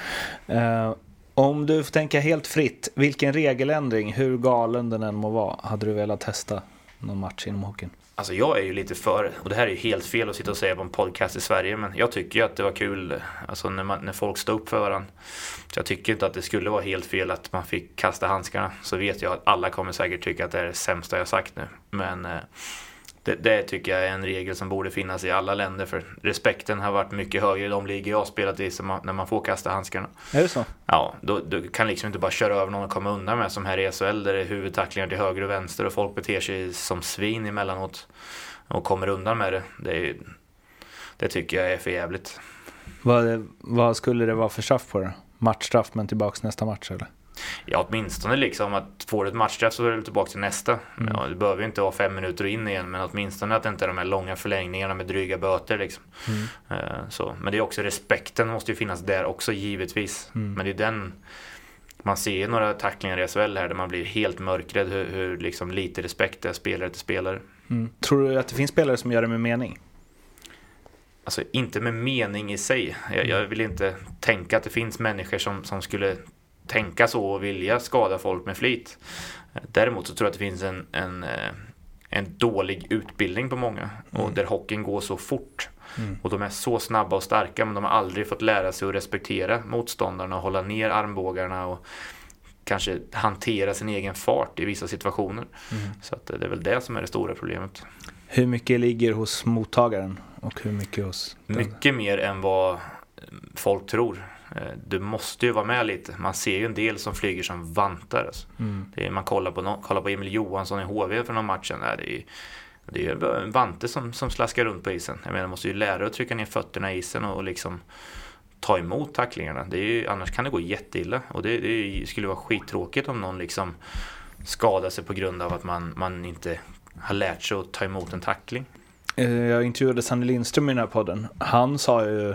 Om du får tänka helt fritt, vilken regeländring, hur galen den än må vara, hade du velat testa någon match inom hockeyn? Alltså jag är ju lite för, och det här är ju helt fel att sitta och säga på en podcast i Sverige, men jag tycker ju att det var kul alltså när folk stod upp för varandra. Så jag tycker inte att det skulle vara helt fel att man fick kasta handskarna. Så vet jag att alla kommer säkert tycka att det är det sämsta jag sagt nu. Men det tycker jag är en regel som borde finnas i alla länder, för respekten har varit mycket högre i de ligor jag har spelat i när man får kasta handskarna. Är det så? Ja, du kan liksom inte bara köra över någon och komma undan med som här i SHL där det är huvudtacklingar till höger och vänster och folk beter sig som svin emellanåt och kommer undan med det. Det tycker jag är för jävligt. Vad skulle det vara för straff på det? Matchstraff men tillbaks nästa match eller? Ja, åtminstone liksom att får du ett matchstraff så är du tillbaka till nästa. Ja, det behöver ju inte vara 5 minuter in igen, men åtminstone att det inte är de här långa förlängningarna med dryga böter liksom. Så. Men det är också respekten måste ju finnas där också givetvis. Men det är den, man ser ju några tacklingar i SHL här där man blir helt mörkrädd hur liksom lite respekt det är spelare till spelare. Tror du att det finns spelare som gör det med mening? Alltså inte med mening i sig. Jag vill inte tänka att det finns människor som skulle tänka så och vilja skada folk med flit. Däremot så tror jag att det finns en dålig utbildning på många och där hockeyn går så fort och de är så snabba och starka, men de har aldrig fått lära sig att respektera motståndarna och hålla ner armbågarna och kanske hantera sin egen fart i vissa situationer. Så att det är väl det som är det stora problemet. Hur mycket ligger hos mottagaren och hur mycket hos den? Mycket mer än vad folk tror. Du måste ju vara med lite. Man ser ju en del som flyger som vantar alltså. Man kollar på Emil Johansson i HV för någon matchen där. Det är ju en vante som slaskar runt på isen. Jag menar, man måste ju lära att trycka ner fötterna i isen och liksom ta emot tacklingarna. Det är ju, annars kan det gå jätteilla. Och det skulle vara skittråkigt om någon liksom skadar sig på grund av att man inte har lärt sig att ta emot en tackling. Jag intervjuade Sanny Lindström i den här podden. Han sa ju,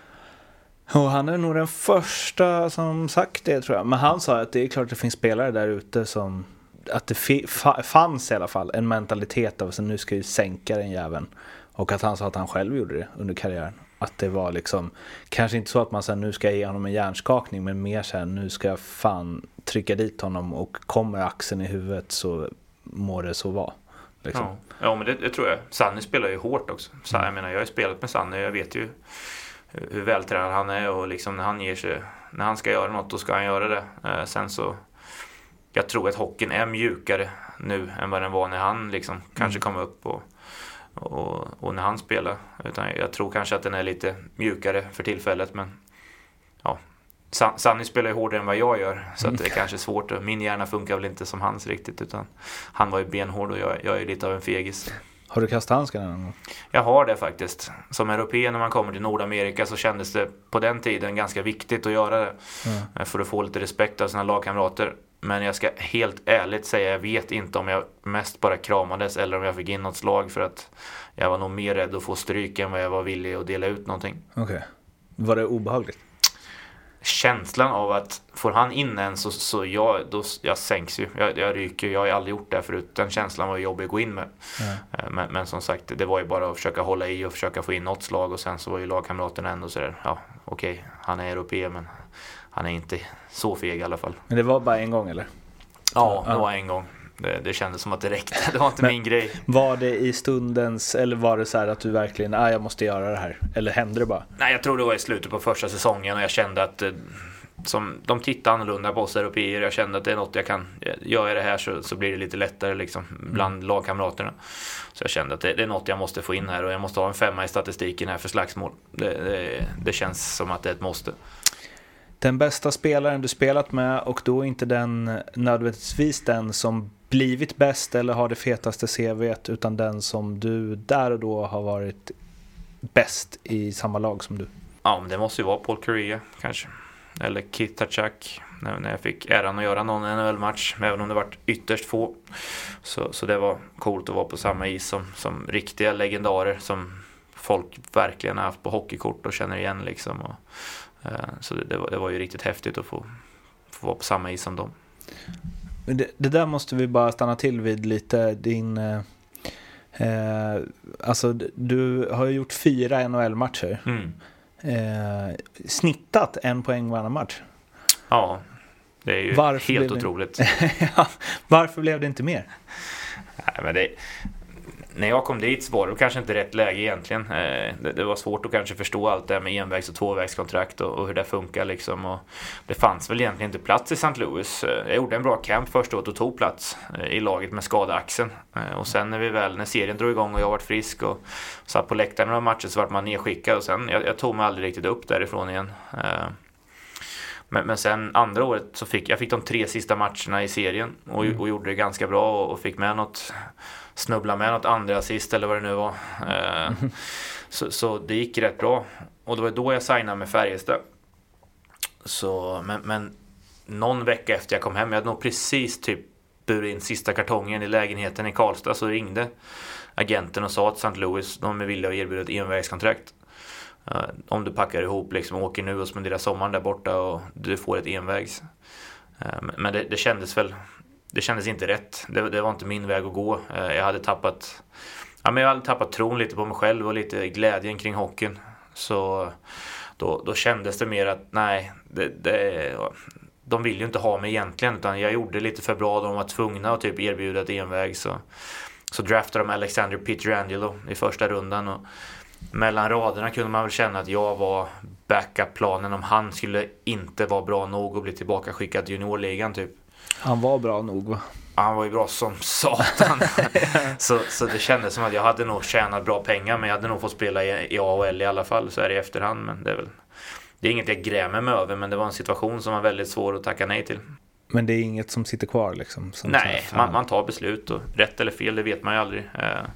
och han är nog den första som sagt det tror jag, men han sa att det är klart att det finns spelare där ute som att det fanns i alla fall en mentalitet av att nu ska ju sänka den jäveln, och att han sa att han själv gjorde det under karriären, att det var liksom kanske inte så att man sa nu ska jag ge honom en hjärnskakning, men mer så här, nu ska jag fan trycka dit honom och kommer axeln i huvudet så må det så vara liksom. Ja, men det tror jag. Sanny spelar ju hårt också. Så jag menar, jag har ju spelat med Sanny, jag vet ju hur vältränad han är och liksom när han ska göra något, då ska han göra det. Sen så jag tror att hockeyn är mjukare nu än vad den var när han liksom kanske kom upp och när han spelar. Utan jag tror kanske att den är lite mjukare för tillfället, men ja, Sanny spelar ju hårdare än vad jag gör, så att det är kanske svårt. Min hjärna funkar väl inte som hans riktigt, utan han var ju benhård och jag är lite av en fegis. Har du kastat handskarna någon gång? Jag har det faktiskt. Som europé när man kommer till Nordamerika så kändes det på den tiden ganska viktigt att göra det. För att få lite respekt av sina lagkamrater. Men jag ska helt ärligt säga, jag vet inte om jag mest bara kramades eller om jag fick in något slag, för att jag var nog mer rädd att få stryk än vad jag var villig att dela ut någonting. Okej. Var det obehagligt? Känslan av att får han in en så jag sänks ju. Jag ryker, jag har aldrig gjort det förut. Den känslan var jobbig att gå in med. Men som sagt, det var ju bara att försöka hålla i och försöka få in något slag, och sen så var ju lagkamraterna ändå sådär, ja okej, han är europé men han är inte så feg i alla fall. Men det var bara en gång eller? Ja, det var en gång. Det kändes som att det räckte. Det var inte min grej. Var det i stundens, eller var det så här att du verkligen, jag måste göra det här? Eller hände det bara? Nej, jag tror det var i slutet på första säsongen och jag kände att som de tittar annorlunda på oss europeer. Jag kände att det är något jag kan göra det här så blir det lite lättare liksom bland lagkamraterna. Så jag kände att det är något jag måste få in här, och jag måste ha en 5 i statistiken här för slagsmål. Det känns som att det är ett måste. Den bästa spelaren du spelat med, och då inte den nödvändigtvis den som blivit bäst eller har det fetaste CV:t, utan den som du där och då har varit bäst i samma lag som du. Ja, men det måste ju vara Paul Kariya kanske. Eller Keith Tkachuk, när jag fick äran att göra någon NHL-match, även om det var ytterst få. Så det var coolt att vara på samma is som riktiga legendarer som folk verkligen har haft på hockeykort och känner igen liksom. Så det var ju riktigt häftigt att få vara på samma is som dem. Det där måste vi bara stanna till vid lite. Alltså du har ju gjort 4 NHL-matcher. Snittat 1 poäng varannan match. Ja, det är ju helt otroligt. Ja, varför blev det inte mer? Nej, men när jag kom dit så var det kanske inte rätt läge egentligen. Det var svårt att kanske förstå allt det här med envägs- och tvåvägskontrakt och hur det funkar liksom. Och det fanns väl egentligen inte plats i St. Louis. Jag gjorde en bra camp först året och tog plats i laget med skadeaxeln. Och sen när serien drog igång och jag var frisk och satt på läktaren några matcher så var man nedskickad. Och sen jag tog mig aldrig riktigt upp därifrån igen. Men sen andra året så fick jag de 3 sista matcherna i serien och gjorde det ganska bra och fick med snubbla med något andra assist eller vad det nu var. Så det gick rätt bra. Och det var då jag signade med Färjestad. Men någon vecka efter jag kom hem, jag hade nog precis burit in sista kartongen i lägenheten i Karlstad, så ringde agenten och sa att St. Louis, de är villiga att erbjuda ett envägskontrakt. Om du packar ihop liksom, åker nu och spenderar sommaren där borta och du får ett envägs. Men det kändes inte rätt. Det var inte min väg att gå. Jag hade tappat tron lite på mig själv och lite glädjen kring hockeyn. Så då kändes det mer att nej, de vill ju inte ha mig egentligen, utan jag gjorde lite för bra. De var tvungna att erbjuda ett enväg. Så draftade de Alexander Pietrangelo i första rundan, och mellan raderna kunde man väl känna att jag var backup-planen om han skulle inte vara bra nog och bli tillbaka skickad till juniorligan typ. Han var bra nog, va? Han var ju bra som satan. så det kändes som att jag hade nog tjänat bra pengar, men jag hade nog fått spela i AHL i alla fall, så är det i efterhand. Men det är inget jag grämer mig över, men det var en situation som var väldigt svår att tacka nej till. Men det är inget som sitter kvar liksom? Nej, man tar beslut, och rätt eller fel, det vet man ju aldrig.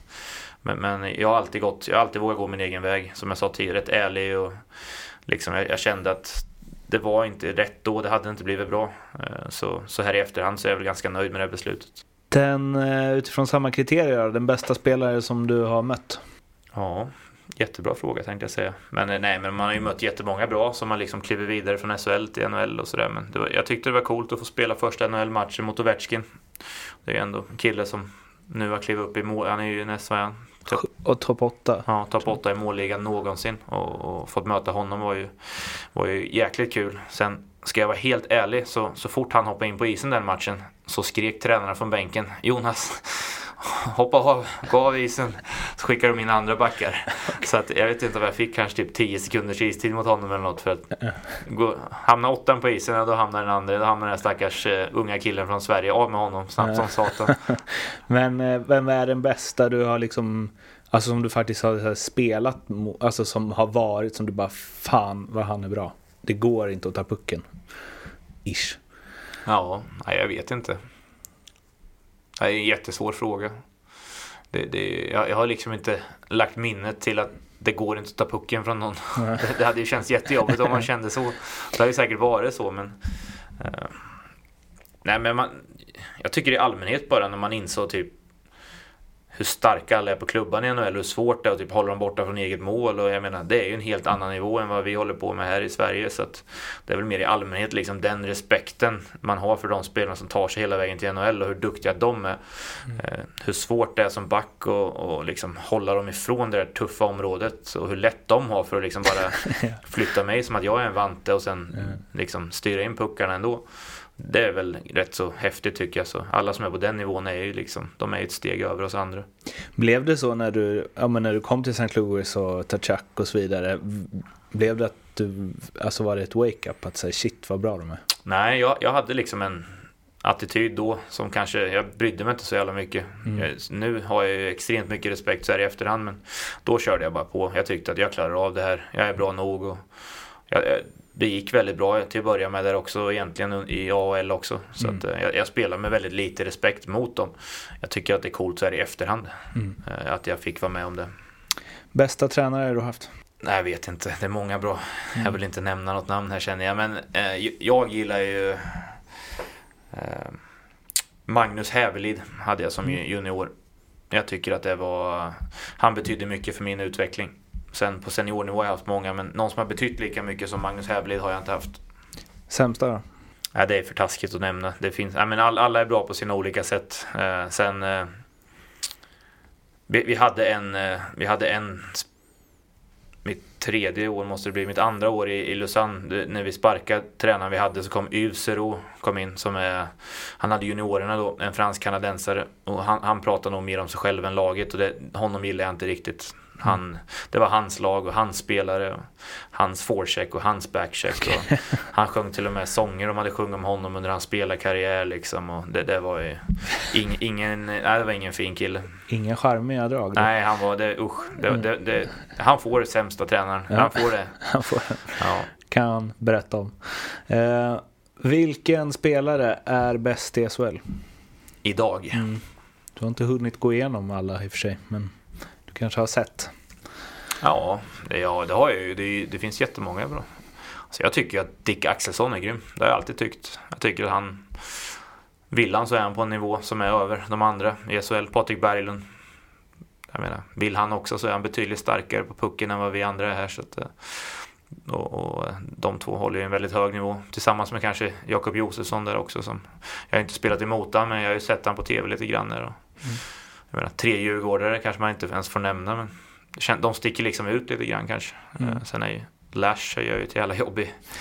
Men jag har alltid vågat gå min egen väg, som jag sa tidigare, rätt ärlig, och liksom jag kände att det var inte rätt då, det hade inte blivit bra. Så här i efterhand så är jag väl ganska nöjd med det beslutet. Utifrån samma kriterier, den bästa spelare som du har mött? Ja, jättebra fråga tänkte jag säga. Men man har ju mött jättemånga bra som man liksom kliver vidare från SHL till NHL och sådär. Men jag tyckte det var coolt att få spela första NHL-matchen mot Ovechkin. Det är ändå en kille som nu har klivit upp i mål. Han är ju nästan och topp 8. Ja, topp 8 i målligan någonsin. Och fått möta honom var ju jäkligt kul. Sen ska jag vara helt ärlig, så fort han hoppade in på isen den matchen så skrek tränarna från bänken: Jonas, hoppa av, gå av isen. Så skickar de in andra backar. Så att jag vet inte om jag fick kanske 10 sekunders istid mot honom eller något, för att hamna 8 på isen, och då hamnar den andra, då hamnar den stackars unga killen från Sverige av med honom snabbt som satan. Men vem är den bästa du har liksom, alltså som du faktiskt har spelat, alltså som har varit, som du bara, fan vad han är bra, det går inte att ta pucken ish? Ja, jag vet inte. Det är en jättesvår fråga. Jag har liksom inte lagt minnet till att det går inte att ta pucken från någon. Det hade ju känts jättejobbigt om man kände så. Det har ju säkert varit så, men nej, men jag tycker i allmänhet bara när man insåg hur starka alla är på klubban i NHL, hur svårt det är att hålla dem borta från eget mål, och jag menar, det är ju en helt annan nivå än vad vi håller på med här i Sverige, så att det är väl mer i allmänhet liksom den respekten man har för de spelarna som tar sig hela vägen till NHL och hur duktiga de är. Hur svårt det är som back och liksom hålla dem ifrån det där tuffa området, och hur lätt de har för att liksom bara flytta mig som att jag är en vante och sen liksom styra in puckarna ändå. Det är väl rätt så häftigt tycker jag. Så alla som är på den nivån är ju liksom, de är ett steg över oss andra. Blev det så när du kom till St. Louis och Tkachuk och så vidare, blev det att du, alltså var det ett wake-up att säga shit vad bra de är? Nej, jag hade liksom en attityd då som kanske, jag brydde mig inte så jävla mycket. Nu har jag ju extremt mycket respekt så här i efterhand, men då körde jag bara på. Jag tyckte att jag klarar av det här, jag är bra nog, och det gick väldigt bra till att börja med där också, egentligen i AHL också. Så att jag spelar med väldigt lite respekt mot dem. Jag tycker att det är coolt så här i efterhand att jag fick vara med om det. Bästa tränare du har haft? Nej, jag vet inte. Det är många bra. Jag vill inte nämna något namn här, känner jag. Men jag gillar ju Magnus Hävelid hade jag som junior. Jag tycker att han betydde mycket för min utveckling. Sen på seniornivå har jag haft många, men någon som har betytt lika mycket som Magnus Hävelid har jag inte haft. Sämsta då? Ja, det är för taskigt att nämna. Det finns, men alla är bra på sina olika sätt. Sen Vi hade en mitt tredje år måste det bli, mitt andra år i Lausanne, när vi sparkade tränaren vi hade, så kom Yves Serrault in han hade juniorerna då, en fransk kanadensare, och han pratade nog mer om sig själv än laget, och honom gillade jag inte riktigt. Det var hans lag och hans spelare och hans forecheck och hans backcheck, och han sjöng till och med sånger de hade sjungit om honom under hans spelarkarriär liksom, och det var ju det var ingen fin kille. Ingen charmiga drag då. Nej, han var han får sämsta tränaren. Ja. Han får det. Ja. Kan berätta om. Vilken spelare är bäst i SHL? Idag. Du har inte hunnit gå igenom alla i och för sig, men du kanske har sett. Ja, det har jag ju. Det finns jättemånga bra. Så jag tycker att Dick Axelsson är grym. Det har jag alltid tyckt. Jag tycker att vill han så är han på en nivå som är över de andra i SHL. Patrik Berglund. Jag menar, vill han också så är han betydligt starkare på pucken än vad vi andra är här. Så att, och de två håller ju en väldigt hög nivå. Tillsammans med kanske Jakob Josefsson där också. Som, jag har inte spelat emot han, men jag har ju sett han på tv lite grann där. Jag menar, 3 djurgårdare kanske man inte ens får nämna, men de sticker liksom ut lite grann kanske. Sen är ju Lash gör ju ett jävla jobb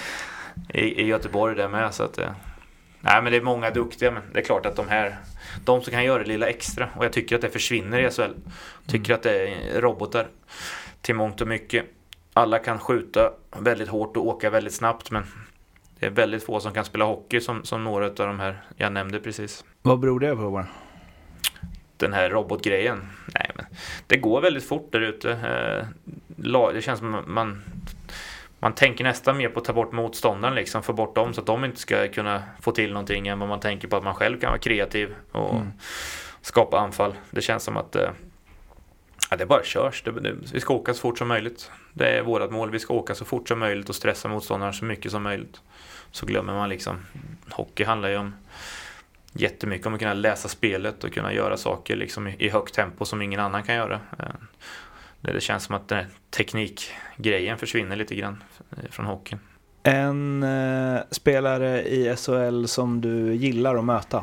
i Göteborg där med, så att nej, men det är många duktiga, men det är klart att de som kan göra det lilla extra, och jag tycker att det försvinner i SHL. Tycker att det är robotar till mångt och mycket. Alla kan skjuta väldigt hårt och åka väldigt snabbt, men det är väldigt få som kan spela hockey som några av de här jag nämnde precis. Vad beror det på bara? Den här robotgrejen. Nej, men det går väldigt fort där ute. Det känns som man tänker nästan mer på att ta bort motståndaren liksom, få bort dem så att de inte ska kunna få till någonting än vad man tänker på att man själv kan vara kreativ och skapa anfall. Det känns som att det bara körs. Vi ska åka så fort som möjligt. Det är vårt mål. Vi ska åka så fort som möjligt och stressa motståndaren så mycket som möjligt. Så glömmer man liksom, hockey handlar ju om jättemycket om att kunna läsa spelet och kunna göra saker liksom i högt tempo som ingen annan kan göra. Det känns som att den här teknikgrejen försvinner lite grann från hockeyn. En spelare i SHL som du gillar att möta?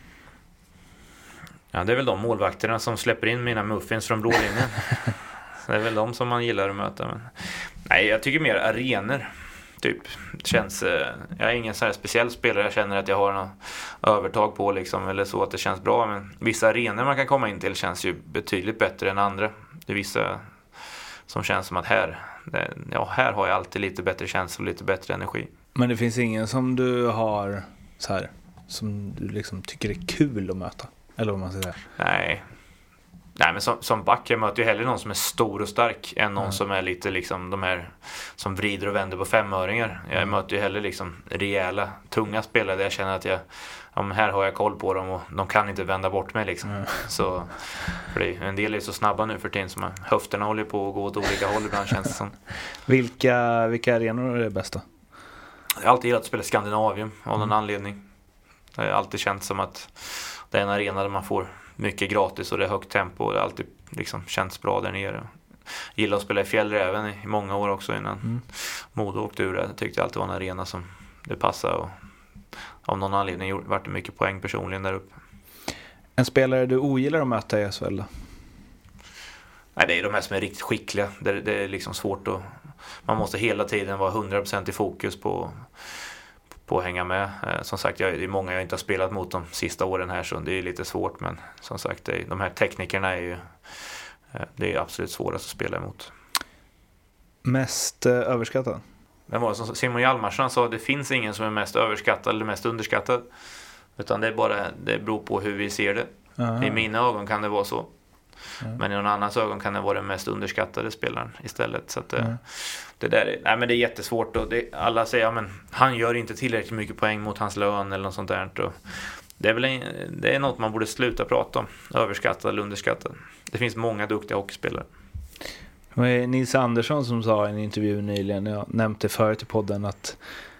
Ja, det är väl de målvakterna som släpper in mina muffins från blå linjen. Det är väl de som man gillar att möta. Men nej, jag tycker mer arenor. Typ, känns, jag är ingen så här speciell spelare jag känner att jag har något övertag på liksom, eller så att det känns bra, men vissa arenor man kan komma in till känns ju betydligt bättre än andra. Det är vissa som känns som att här har jag alltid lite bättre känsla och lite bättre energi. Men det finns ingen som du har så här, som du liksom tycker är kul att möta, eller vad man ska säga? Nej, men som back jag möter ju hellre någon som är stor och stark än någon som är lite liksom de här som vrider och vänder på 5-öringar. Jag möter ju hellre liksom rejäla, tunga spelare där jag känner att här har jag koll på dem och de kan inte vända bort mig liksom. Så, för en del är så snabba nu för tiden som höfterna håller på att gå åt olika håll ibland, känns det som. Vilka arenor är det bästa? Jag har alltid gillat att spela Skandinavium av någon anledning. Det har alltid känts som att det är en arena där man får mycket gratis och det är högt tempo och det har alltid liksom känts bra där nere. Jag gillar att spela i Fjällräven i många år också innan Modo åkte ur det. Jag tyckte alltid var en arena som det passade och av någon anledning vart det mycket poäng personligen där uppe. En spelare du ogillar att möta i SHL då? Nej, det är de här som är riktigt skickliga. Det är liksom svårt att... Man måste hela tiden vara 100% i fokus på att hänga med. Som sagt, det är många jag inte har spelat mot de sista åren här, så det är lite svårt, men som sagt, de här teknikerna är ju det är absolut svårast att spela emot. Mest överskattad? Vem var det som Simon Hjalmarsson sa, det finns ingen som är mest överskattad eller mest underskattad, utan det beror på hur vi ser det. Aha. I mina ögon kan det vara så. Men i någon annans ögon kan det vara den mest underskattade spelaren istället. Så att, det är jättesvårt. Och alla säger men han gör inte tillräckligt mycket poäng mot hans lön eller något sånt där. Och det är något man borde sluta prata om. Överskattad eller underskattad. Det finns många duktiga hockeyspelare. Det var Nils Andersson som sa i en intervju nyligen, jag nämnde förut i podden, att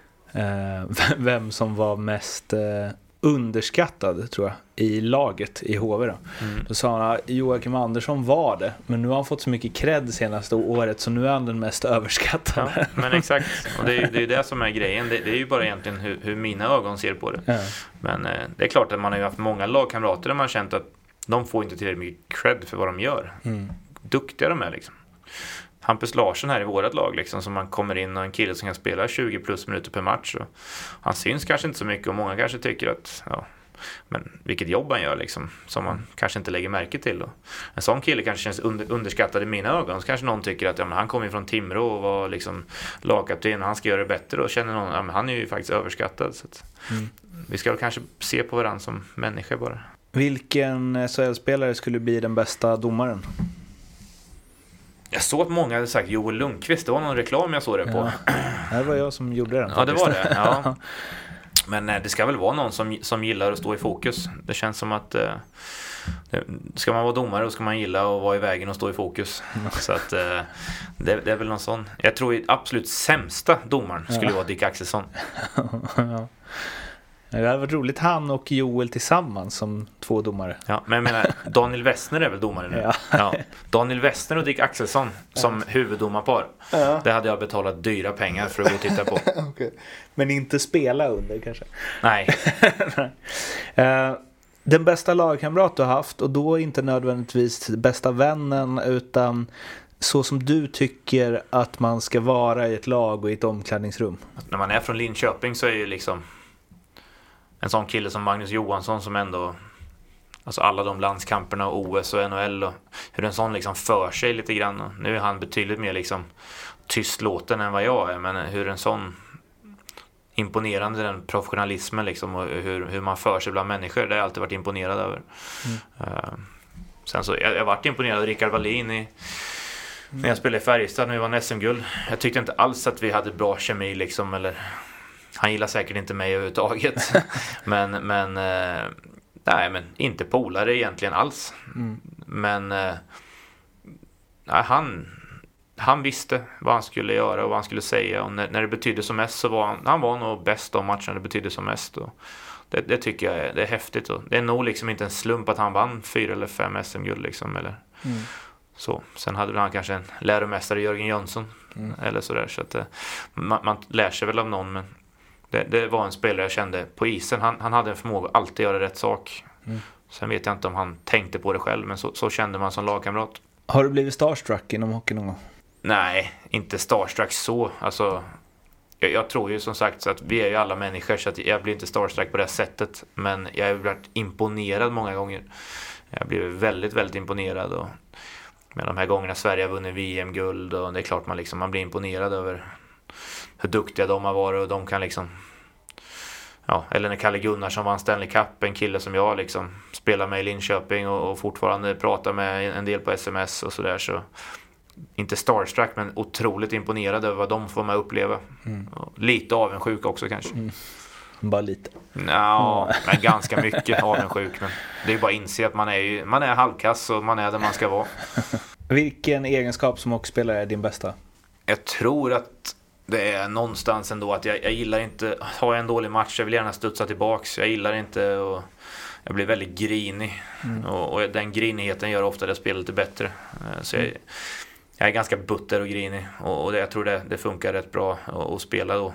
vem som var mest underskattad, tror jag, i laget i HV då. Då sa han att Joakim Andersson var det, men nu har han fått så mycket cred senaste året, så nu är han den mest överskattade. Ja, men exakt, och det är det som är grejen. Det är ju bara egentligen hur mina ögon ser på det. Men det är klart att man har ju haft många lagkamrater där man har känt att de får inte tillräckligt mycket cred för vad de gör. Duktiga de är liksom. Hampus Larsson här i vårat lag liksom, som man kommer in och en kille som kan spela 20 plus minuter per match. Och han syns kanske inte så mycket och många kanske tycker att men vilket jobb han gör liksom, som man kanske inte lägger märke till. Och en sån kille kanske känns underskattad i mina ögon. Så kanske någon tycker att han kommer från Timrå och var liksom lagkapten och han ska göra det bättre, och känner någon han är ju faktiskt överskattad. Så att vi ska väl kanske se på varandra som människor bara. Vilken SHL-spelare skulle bli den bästa domaren? Jag såg att många hade sagt Joel Lundqvist. Det var någon reklam jag såg det på. Det var jag som gjorde den. Ja, det var det. Ja. Men det ska väl vara någon som gillar att stå i fokus. Det känns som att ska man vara domare då ska man gilla att vara i vägen och stå i fokus. Så att det är väl någon sån. Jag tror absolut sämsta domaren skulle vara Dick Axelsson. Det hade varit roligt han och Joel tillsammans som 2 domare. Ja, men jag menar, Daniel Westner är väl domare nu? Ja. Daniel Westner och Dick Axelsson som huvuddomarpar. Det hade jag betalat dyra pengar för att gå och titta på. Okay. Men inte spela under kanske? Nej. Den bästa lagkamrat du har haft, och då inte nödvändigtvis bästa vännen, utan så som du tycker att man ska vara i ett lag och i ett omklädningsrum. När man är från Linköping så är ju liksom en sån kille som Magnus Johansson som ändå, alltså alla de landskamperna och OS och NHL och hur en sån liksom för sig lite grann. Och nu är han betydligt mer liksom tystlåten än vad jag är, men hur en sån imponerande, den professionalismen liksom, och hur man för sig bland människor, det har jag alltid varit imponerad över. Sen så jag har varit imponerad av Rickard Wallin när jag spelade i Färjestad när vi vann SM-guld. Jag tyckte inte alls att vi hade bra kemi liksom, eller han gillar säkert inte mig överhuvudtaget. men inte polare egentligen alls. Men han visste vad han skulle göra och vad han skulle säga, och när det betydde som mest så var han var nog bäst av matchen när det betydde som mest, och det tycker jag det är häftigt, och det är nog liksom inte en slump att han vann 4 eller 5 SM-guld liksom, eller så. Sen hade han kanske en läromästare, Jörgen Jönsson eller sådär, så att man lär sig väl av någon, men det var en spelare jag kände på isen, han hade en förmåga att alltid göra rätt sak. Sen vet jag inte om han tänkte på det själv, men så kände man som lagkamrat. Har du blivit starstruck inom hockey någon gång? Nej, inte starstruck så. Alltså, jag tror ju som sagt så att vi är ju alla människor, så att jag blir inte starstruck på det sättet. Men jag har varit imponerad många gånger. Jag blir väldigt, väldigt imponerad. Och med de här gångerna Sverige har vunnit VM-guld, och det är klart man blir imponerad över hur duktiga de har varit, och de kan liksom... Ja, eller när Kalle Gunnarsson vann Stanley Cup, en kille som jag liksom spelar med i Linköping och fortfarande pratar med en del på SMS och sådär, så inte starstruck, men otroligt imponerad över vad de får med uppleva. Lite avundsjuk också kanske. Bara lite. Ja, men ganska mycket avundsjuk, men det är bara att inse att man är halvkass och man är där man ska vara. Vilken egenskap som hockeyspelare är din bästa? Jag tror att det är någonstans ändå att jag gillar inte, har jag en dålig match, jag vill gärna studsa tillbaks. Jag gillar inte, och jag blir väldigt grinig. Och den grinigheten gör ofta det spelet lite bättre. Så jag är ganska butter och grinig, och jag tror det funkar rätt bra att spela då.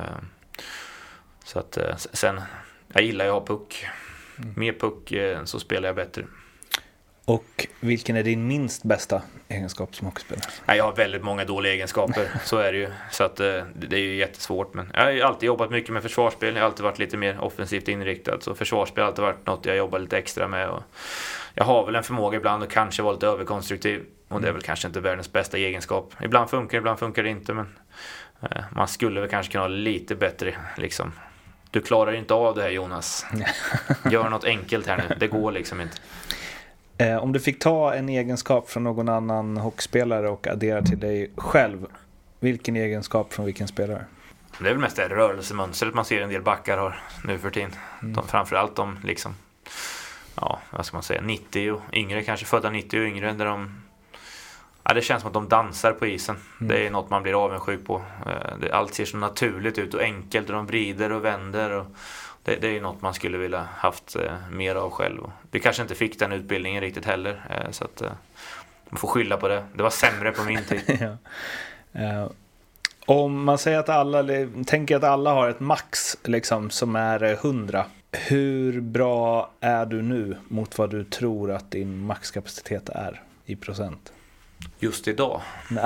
Så att sen, jag gillar ju att ha puck. Mer puck så spelar jag bättre. Och vilken är din minst bästa egenskap som hockeyspelare? Jag har väldigt många dåliga egenskaper, så är det ju. Så att det är ju jättesvårt. Men jag har ju alltid jobbat mycket med försvarsspel. Jag har alltid varit lite mer offensivt inriktad. Så försvarsspel har alltid varit något jag jobbar lite extra med. Och jag har väl en förmåga ibland att kanske vara lite överkonstruktiv. Och det är väl kanske inte världens bästa egenskap. Ibland funkar det inte. Men man skulle väl kanske kunna ha lite bättre liksom. Du klarar inte av det här, Jonas. Gör något enkelt här nu. Det går liksom inte. Om du fick ta en egenskap från någon annan hockeyspelare och addera till dig själv, vilken egenskap från vilken spelare? Det är väl mest det rörelsemönstret man ser en del backar har nu för tiden. Framförallt de liksom, vad ska man säga, 90 och yngre, kanske födda 90 och yngre, där det känns som att de dansar på isen. Det är något man blir avundsjuk på. Allt ser så naturligt ut och enkelt, och de vrider och vänder, och det är ju något man skulle vilja haft mer av själv. Vi kanske inte fick den utbildningen riktigt heller, så att man får skylla på det. Det var sämre på min tid. Om man säger att tänker att alla har ett max liksom, som är 100, Hur bra är du nu mot vad du tror att din maxkapacitet är i procent? Just idag?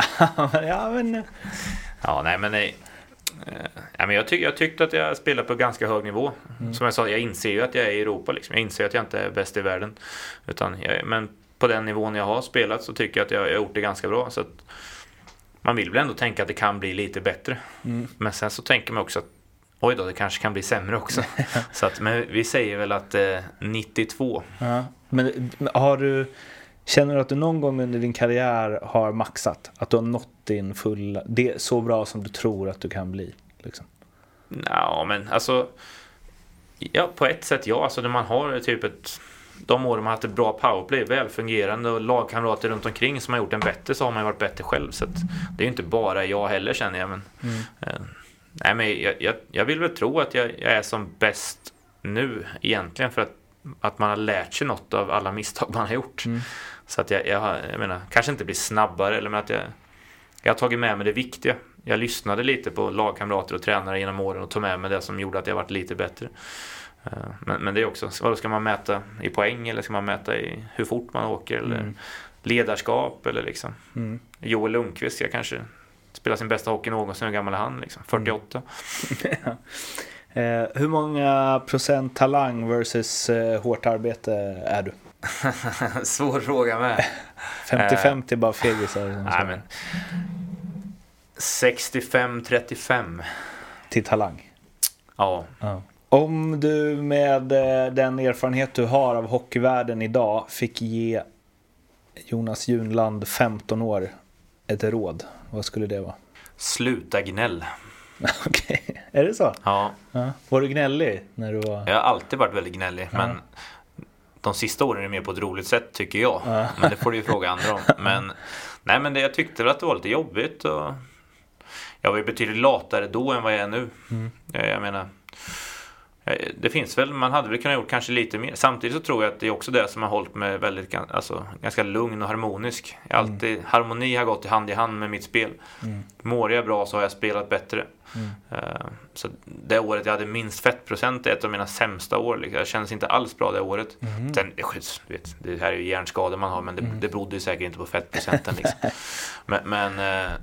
Jag tyckte att jag spelar på ganska hög nivå. Som jag sa, jag inser ju att jag är i Europa liksom. Jag inser att jag inte är bäst i världen. Men på den nivån jag har spelat så tycker jag att jag har gjort det ganska bra. Så att man vill väl ändå tänka att det kan bli lite bättre. Men sen så tänker man också att oj då, det kanske kan bli sämre också. Så att, men vi säger väl att 92. Ja. Men känner du att du någon gång under din karriär har maxat? Att du har nått din fulla... Det är så bra som du tror att du kan bli? Liksom. Ja, men alltså... Ja, på ett sätt ja. Alltså när man har typ de åren man har haft ett bra powerplay, välfungerande och lagkamrater runt omkring som har gjort en bättre, så har man ju varit bättre själv. Så att det är ju inte bara jag heller, känner jag. Men, nej, men jag vill väl tro att jag är som bäst nu egentligen, för att man har lärt sig något av alla misstag man har gjort. Så att jag menar, kanske inte blir snabbare, eller men att jag har tagit med mig det viktiga. Jag lyssnade lite på lagkamrater och tränare genom åren och tog med mig det som gjorde att jag varit lite bättre. Men det är också, vad ska man mäta i poäng, eller ska man mäta i hur fort man åker, eller ledarskap, eller liksom. Joel Lundqvist, jag kanske spelar sin bästa hockey någonsin, hur gammal är han liksom? 48. Hur många procent talang versus hårt arbete är du? Svår fråga med. 50-50 bara fegisar. Nej, men 65-35 till talang. Ja. Om du med den erfarenhet du har av hockeyvärlden idag fick ge Jonas Junland 15 år ett råd, vad skulle det vara? Sluta gnäll. Okej, är det så? Ja. Var du gnällig när du var... Jag har alltid varit väldigt gnällig, men de sista åren är mer på ett roligt sätt, tycker jag. Men det får du ju fråga andra om. Men nej, men jag tyckte att det var lite jobbigt, och jag var ju betydligt latare då än vad jag är nu. Jag menar, det finns väl, man hade väl kunnat gjort kanske lite mer. Samtidigt så tror jag att det är också det som har hållit mig väldigt, alltså, ganska lugn och harmonisk. Harmoni har gått hand i hand med mitt spel. Mår jag bra så har jag spelat bättre. Så det året jag hade minst fettprocent är ett av mina sämsta år liksom. Jag kändes inte alls bra det året. Sen, det här är ju hjärnskador man har, men det berodde ju säkert inte på fettprocenten liksom. Men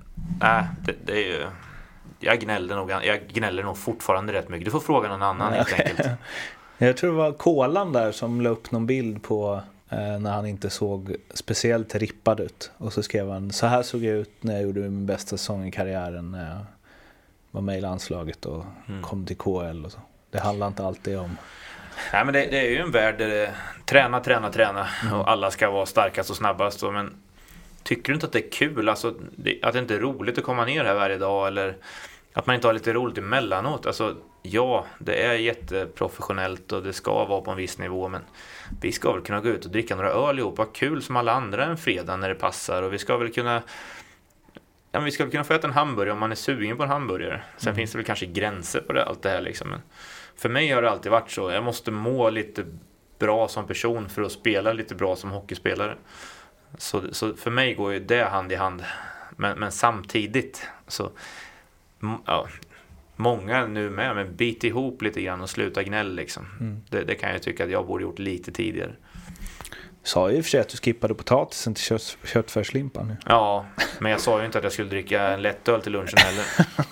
det är ju, jag gnäller nog fortfarande rätt mycket. Du får fråga någon annan helt enkelt. Jag tror det var Kolan där som la upp någon bild på när han inte såg speciellt rippad ut. Och så skrev han, så här såg jag ut när jag gjorde min bästa säsong i karriären, när jag var med i landslaget och kom till KL och så. Det handlar inte alltid om... Nej, men det är ju en värld där det träna och alla ska vara starkast och snabbast. Men tycker du inte att det är kul? Alltså, att det inte är roligt att komma ner här varje dag, eller att man inte har lite roligt emellanåt? Alltså, ja, det är jätteprofessionellt och det ska vara på en viss nivå, men vi ska väl kunna gå ut och dricka några öl ihop, ha kul som alla andra en fredag när det passar, och vi ska väl kunna få äta en hamburgare om man är sugen på en hamburgare. Sen finns det väl kanske gränser på allt det här liksom. Men för mig har det alltid varit så. Jag måste må lite bra som person för att spela lite bra som hockeyspelare. Så för mig går ju det hand i hand. Men samtidigt så... Ja, många nu med, men bit ihop lite grann och sluta gnäll liksom. Det kan jag tycka att jag borde gjort lite tidigare. Sa ju i och för sig att du skippade potatisen till köttfärslimpan nu. Ja, men jag sa ju inte att jag skulle dricka en lättöl till lunchen heller.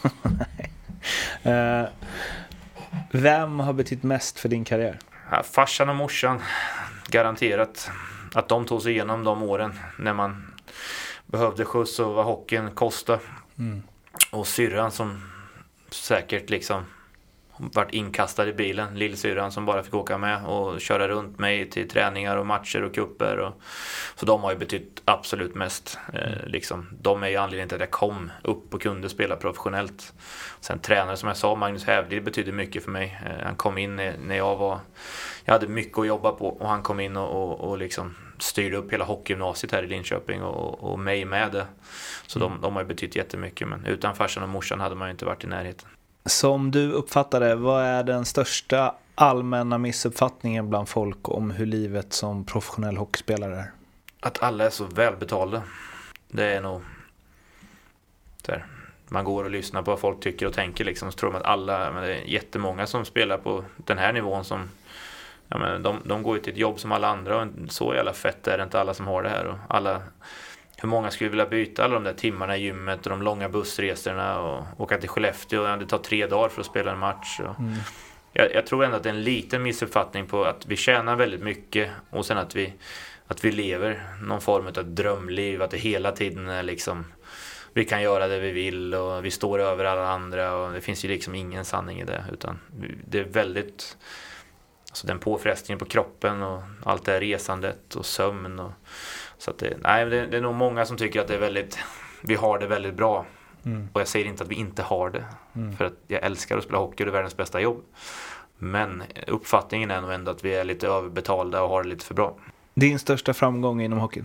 Vem har betytt mest för din karriär? Ja, farsan och morsan, garanterat. Att de tog sig igenom de åren när man behövde skjuts och vad hockeyn kostade. Och syrran som säkert liksom vart inkastad i bilen, lillsyrran som bara fick åka med och köra runt mig till träningar och matcher och kupper, så de har ju betytt absolut mest liksom. De är ju anledningen till att jag kom upp och kunde spela professionellt. Sen tränare som jag sa, Magnus Hävlid, betyder mycket för mig. Han kom in när jag hade mycket att jobba på, och han kom in och liksom styrde upp hela hockeygymnasiet här i Linköping och mig med det. Så de har ju betytt jättemycket, men utan farsan och morsan hade man ju inte varit i närheten. Som du uppfattar det, vad är den största allmänna missuppfattningen bland folk om hur livet som professionell hockeyspelare är? Att alla är så välbetalda. Det är nog där. man går och lyssnar på vad folk tycker och tänker liksom, så tror man att men det är jättemånga som spelar på den här nivån som de går ju till ett jobb som alla andra, och så jävla fett är det inte alla som har det här. Och hur många skulle vilja byta alla de där timmarna i gymmet och de långa bussresorna och åka till Skellefteå, det tar 3 dagar för att spela en match. Jag tror ändå att det är en liten missuppfattning på att vi tjänar väldigt mycket och sen att vi lever någon form av drömliv, att det hela tiden är liksom, vi kan göra det vi vill och vi står över alla andra, och det finns ju liksom ingen sanning i det, utan det är väldigt, alltså den påfrestningen på kroppen och allt det här resandet och sömn och, så att det är nog många som tycker att det är väldigt, vi har det väldigt bra. Och jag säger inte att vi inte har det, för att jag älskar att spela hockey och det är världens bästa jobb, men uppfattningen är nog ändå att vi är lite överbetalda och har det lite för bra. Din största framgång inom hockeyn?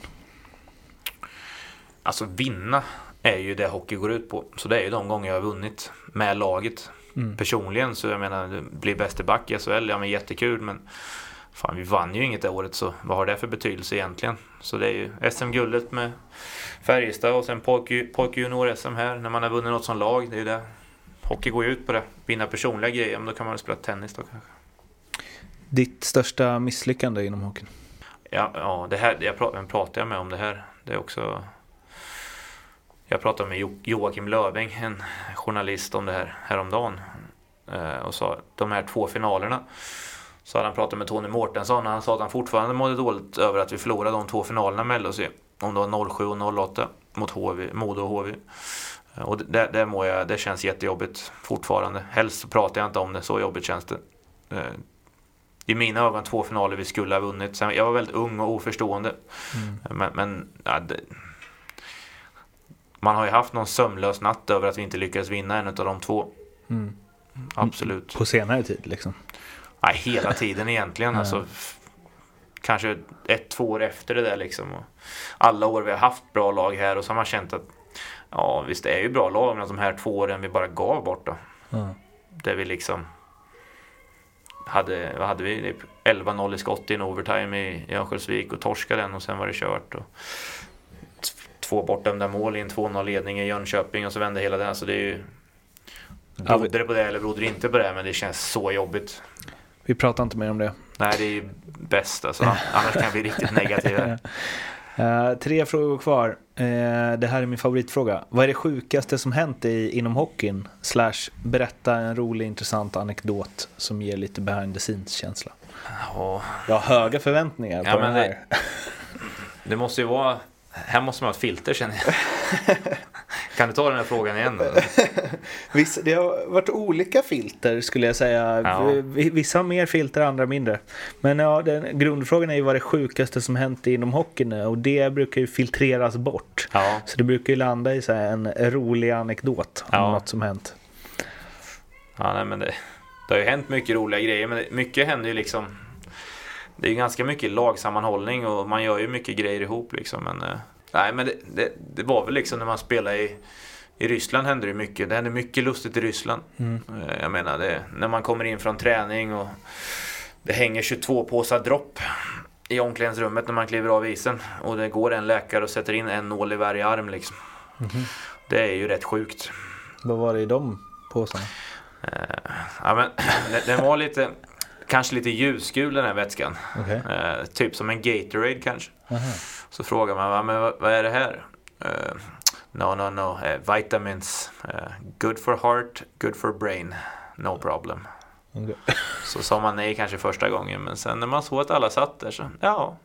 Alltså vinna är ju det hockey går ut på, så det är ju de gånger jag har vunnit med laget. Personligen så jag menar, bli bäst i back i SHL, men jättekul, men fan, vi vann ju inget det året, så vad har det för betydelse egentligen? Så det är ju SM-guldet med Färjestad och sen pojk junior-SM här, när man har vunnit något som lag, det är ju det. Hockey går ju ut på det. Vinna personliga grejer, men då kan man spela tennis då kanske. Ditt största misslyckande inom hockeyn? Ja, det här, vem pratar jag med om det här? Det är också... Jag pratade med Joakim Löfving, en journalist, om det här häromdagen. Och sa de här 2 finalerna. Så hade han pratat med Tony Mårtensson och han sa att han fortfarande mådde dåligt över att vi förlorade de 2 finalerna med LHC. Om det var 07 och 08 mot Modo och HV. Och det känns jättejobbigt fortfarande. Helst så pratar jag inte om det, så jobbigt känns det. I mina ögon 2 finaler vi skulle ha vunnit. Sen, jag var väldigt ung och oförstående. Men man har ju haft någon sömnlös natt över att vi inte lyckades vinna en av de 2. Absolut. På senare tid liksom? Nej, hela tiden egentligen. Alltså, kanske 1-2 år efter det där liksom. Och alla år vi har haft bra lag här, och så har man känt att ja, visst det är ju bra lag, men de här 2 åren vi bara gav bort då. Där vi liksom vad hade vi? 11-0 i skott i en overtime i Örnsköldsvik och torskade den, och sen var det kört. Och 2 bortdömda mål i en 2-0-ledning i Jönköping, och så vände hela den. Så det är ju, brodde det på det eller brodde det inte på det, men det känns så jobbigt. Vi pratar inte mer om det. Nej, det är ju bäst alltså. Annars kan vi bli riktigt negativa. 3 frågor kvar. Det här är min favoritfråga. Vad är det sjukaste som hänt inom hockeyn? / berätta en rolig, intressant anekdot som ger lite behind the scenes-känsla. Jag har höga förväntningar på det här. Det måste ju vara... Här måste man ha ett filter, känner jag. Kan du ta den här frågan igen? Det har varit olika filter, skulle jag säga. Vissa har mer filter, andra mindre. Men ja, grundfrågan är ju vad det sjukaste som hänt inom hockeyn är, och det brukar ju filtreras bort. Så det brukar ju landa i så här en rolig anekdot om något som hänt. Nej, men det har ju hänt mycket roliga grejer, men mycket händer ju liksom... Det är ju ganska mycket lagsammanhållning och man gör ju mycket grejer ihop liksom, men men det var väl liksom när man spelade i Ryssland hände det mycket. Det hände mycket lustigt i Ryssland. Jag menar när man kommer in från träning och det hänger 22 påsar dropp i omklädningsrummet när man kliver av isen, och det går en läkare och sätter in en nål i varje arm liksom. Det är ju rätt sjukt. Vad var det i de påsarna? Men den var lite... Kanske lite ljusgul den här vätskan. Typ som en Gatorade kanske. Så frågar man, men vad är det här? No. Vitamins. Good for heart, good for brain. No problem. Så sa man nej kanske första gången. Men sen när man såg att alla satt där, så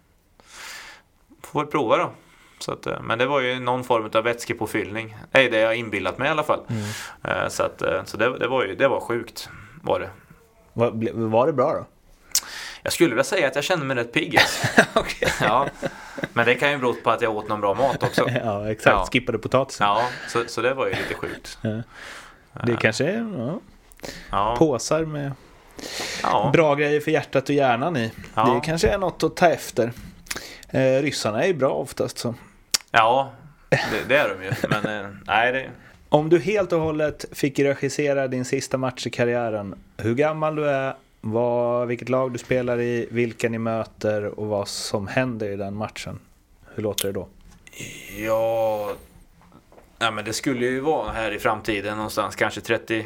får vi prova då. Så att, men det var ju någon form av vätskepåfyllning. Det är det jag inbillat mig i alla fall. Så det var sjukt, var det. Var det bra då? Jag skulle vilja säga att jag kände mig rätt pigg. Okay. Ja, men det kan ju bero på att jag åt någon bra mat också. Ja, exakt. Skippade potatisen. Ja, så det var ju lite sjukt. Det kanske är påsar med bra grejer för hjärtat och hjärnan i. Det kanske är något att ta efter. Ryssarna är ju bra oftast så. Ja, det är de ju. Men nej, Om du helt och hållet fick regissera din sista match i karriären, hur gammal du är, vilket lag du spelar i, vilka ni möter och vad som händer i den matchen, hur låter det då? Ja, Ja, men det skulle ju vara här i framtiden någonstans, kanske 30.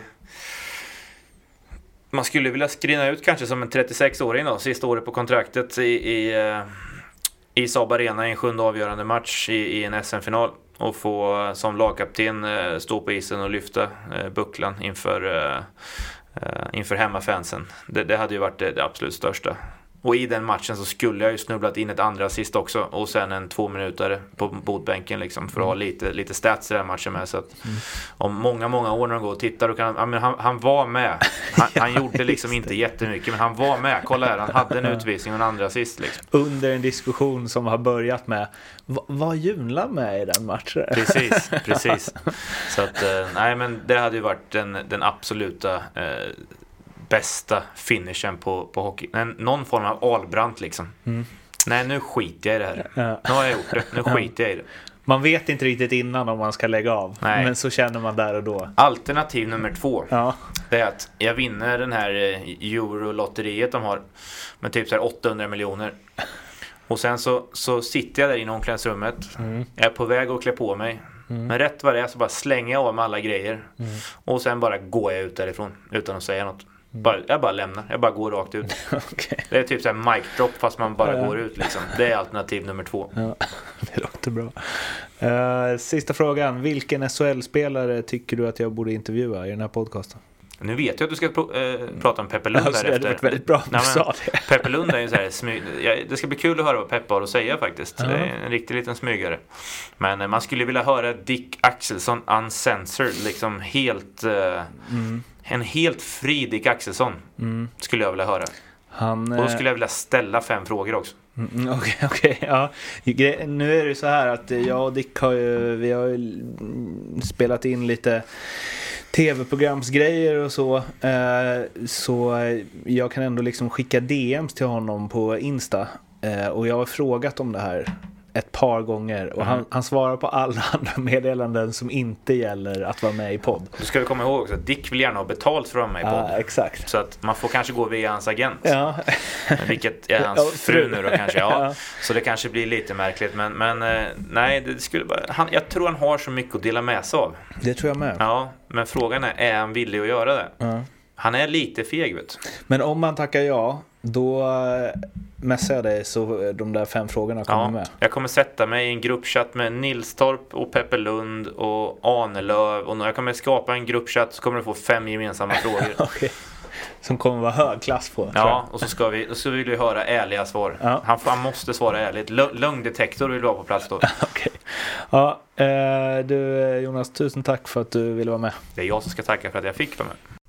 Man skulle vilja skrina ut kanske som en 36-åring då, sista året på kontraktet i Saab Arena i en 7:e avgörande match i en SM-final och få som lagkapten stå på isen och lyfta bucklan inför hemmafansen. Det hade ju varit det absolut största. Och i den matchen så skulle jag ju snubblat in ett andra assist också och sen en 2 minuter på botbänken liksom, för att ha lite stats i den matchen med. Så att om många år när de går och tittar och han var med. Han gjorde liksom inte jättemycket, men han var med. Kolla här, han hade en utvisning och en andra assist liksom. Under en diskussion som har börjat med vad Junla med i den matchen? Precis. Så att, nej, men det hade ju varit den absoluta bästa finishen på hockey. Någon form av Albrandt liksom. Nej, nu skiter jag i det här. Nu har jag gjort det. Nu skiter jag i det. Man vet inte riktigt innan om man ska lägga av. Nej. Men så känner man där och då. Alternativ nummer 2. Det är att jag vinner den här Euro-lotteriet de har med typ så här 800 miljoner. Och sen så sitter jag där i omklädningsrummet. Jag är på väg att klä på mig. Men rätt vad det är så bara slänger jag av med alla grejer. Och sen bara går jag ut därifrån utan att säga något. Jag bara lämnar. Jag bara går rakt ut. Okay. Det är typ så här mic drop fast man bara går ut liksom. Det är alternativ nummer 2. Ja, det låter bra. Sista frågan. Vilken SHL-spelare tycker du att jag borde intervjua i den här podcasten? Nu vet jag att du ska prata om Peppe Lund alltså, här efter. Det var väldigt bra att du sa det. Peppe Lund är ju så här det ska bli kul att höra vad Peppe har att säga faktiskt. Det är en riktig liten smygare. Men man skulle vilja höra Dick Axelsson uncensored, liksom helt en helt fri Dick Axelsson skulle jag vilja höra. Och då skulle jag vilja ställa 5 frågor också. Okej. Ja. Nu är det så här att jag och Dick vi har ju spelat in lite tv-programsgrejer och så jag kan ändå liksom skicka DMs till honom på Insta och jag har frågat om det här ett par gånger och han svarar på alla andra meddelanden som inte gäller att vara med i podd. Då ska vi komma ihåg också att Dick vill gärna ha betalt för att vara med i podd. Ja, exakt. Så att man får kanske gå via hans agent. Ja. Vilket är hans fru nu då kanske. Ja. Så det kanske blir lite märkligt. Men nej, det skulle bara, jag tror han har så mycket att dela med sig av. Det tror jag med. Ja, men frågan är han villig att göra det? Ja. Han är lite feg, vet. Men om man tackar ja, då messar jag dig så de där 5 frågorna kommer med. Jag kommer sätta mig i en gruppchatt med Nilstorp och Peppe Lund och Ahnelöv. Och när jag kommer skapa en gruppchatt så kommer du få 5 gemensamma frågor. Okay. Som kommer vara hög klass på. Ja, och så vill vi höra ärliga svar. Ja. Han måste svara ärligt. Lögndetektor vill vara på plats då. Okej. Ja, du Jonas, tusen tack för att du ville vara med. Det är jag som ska tacka för att jag fick vara med.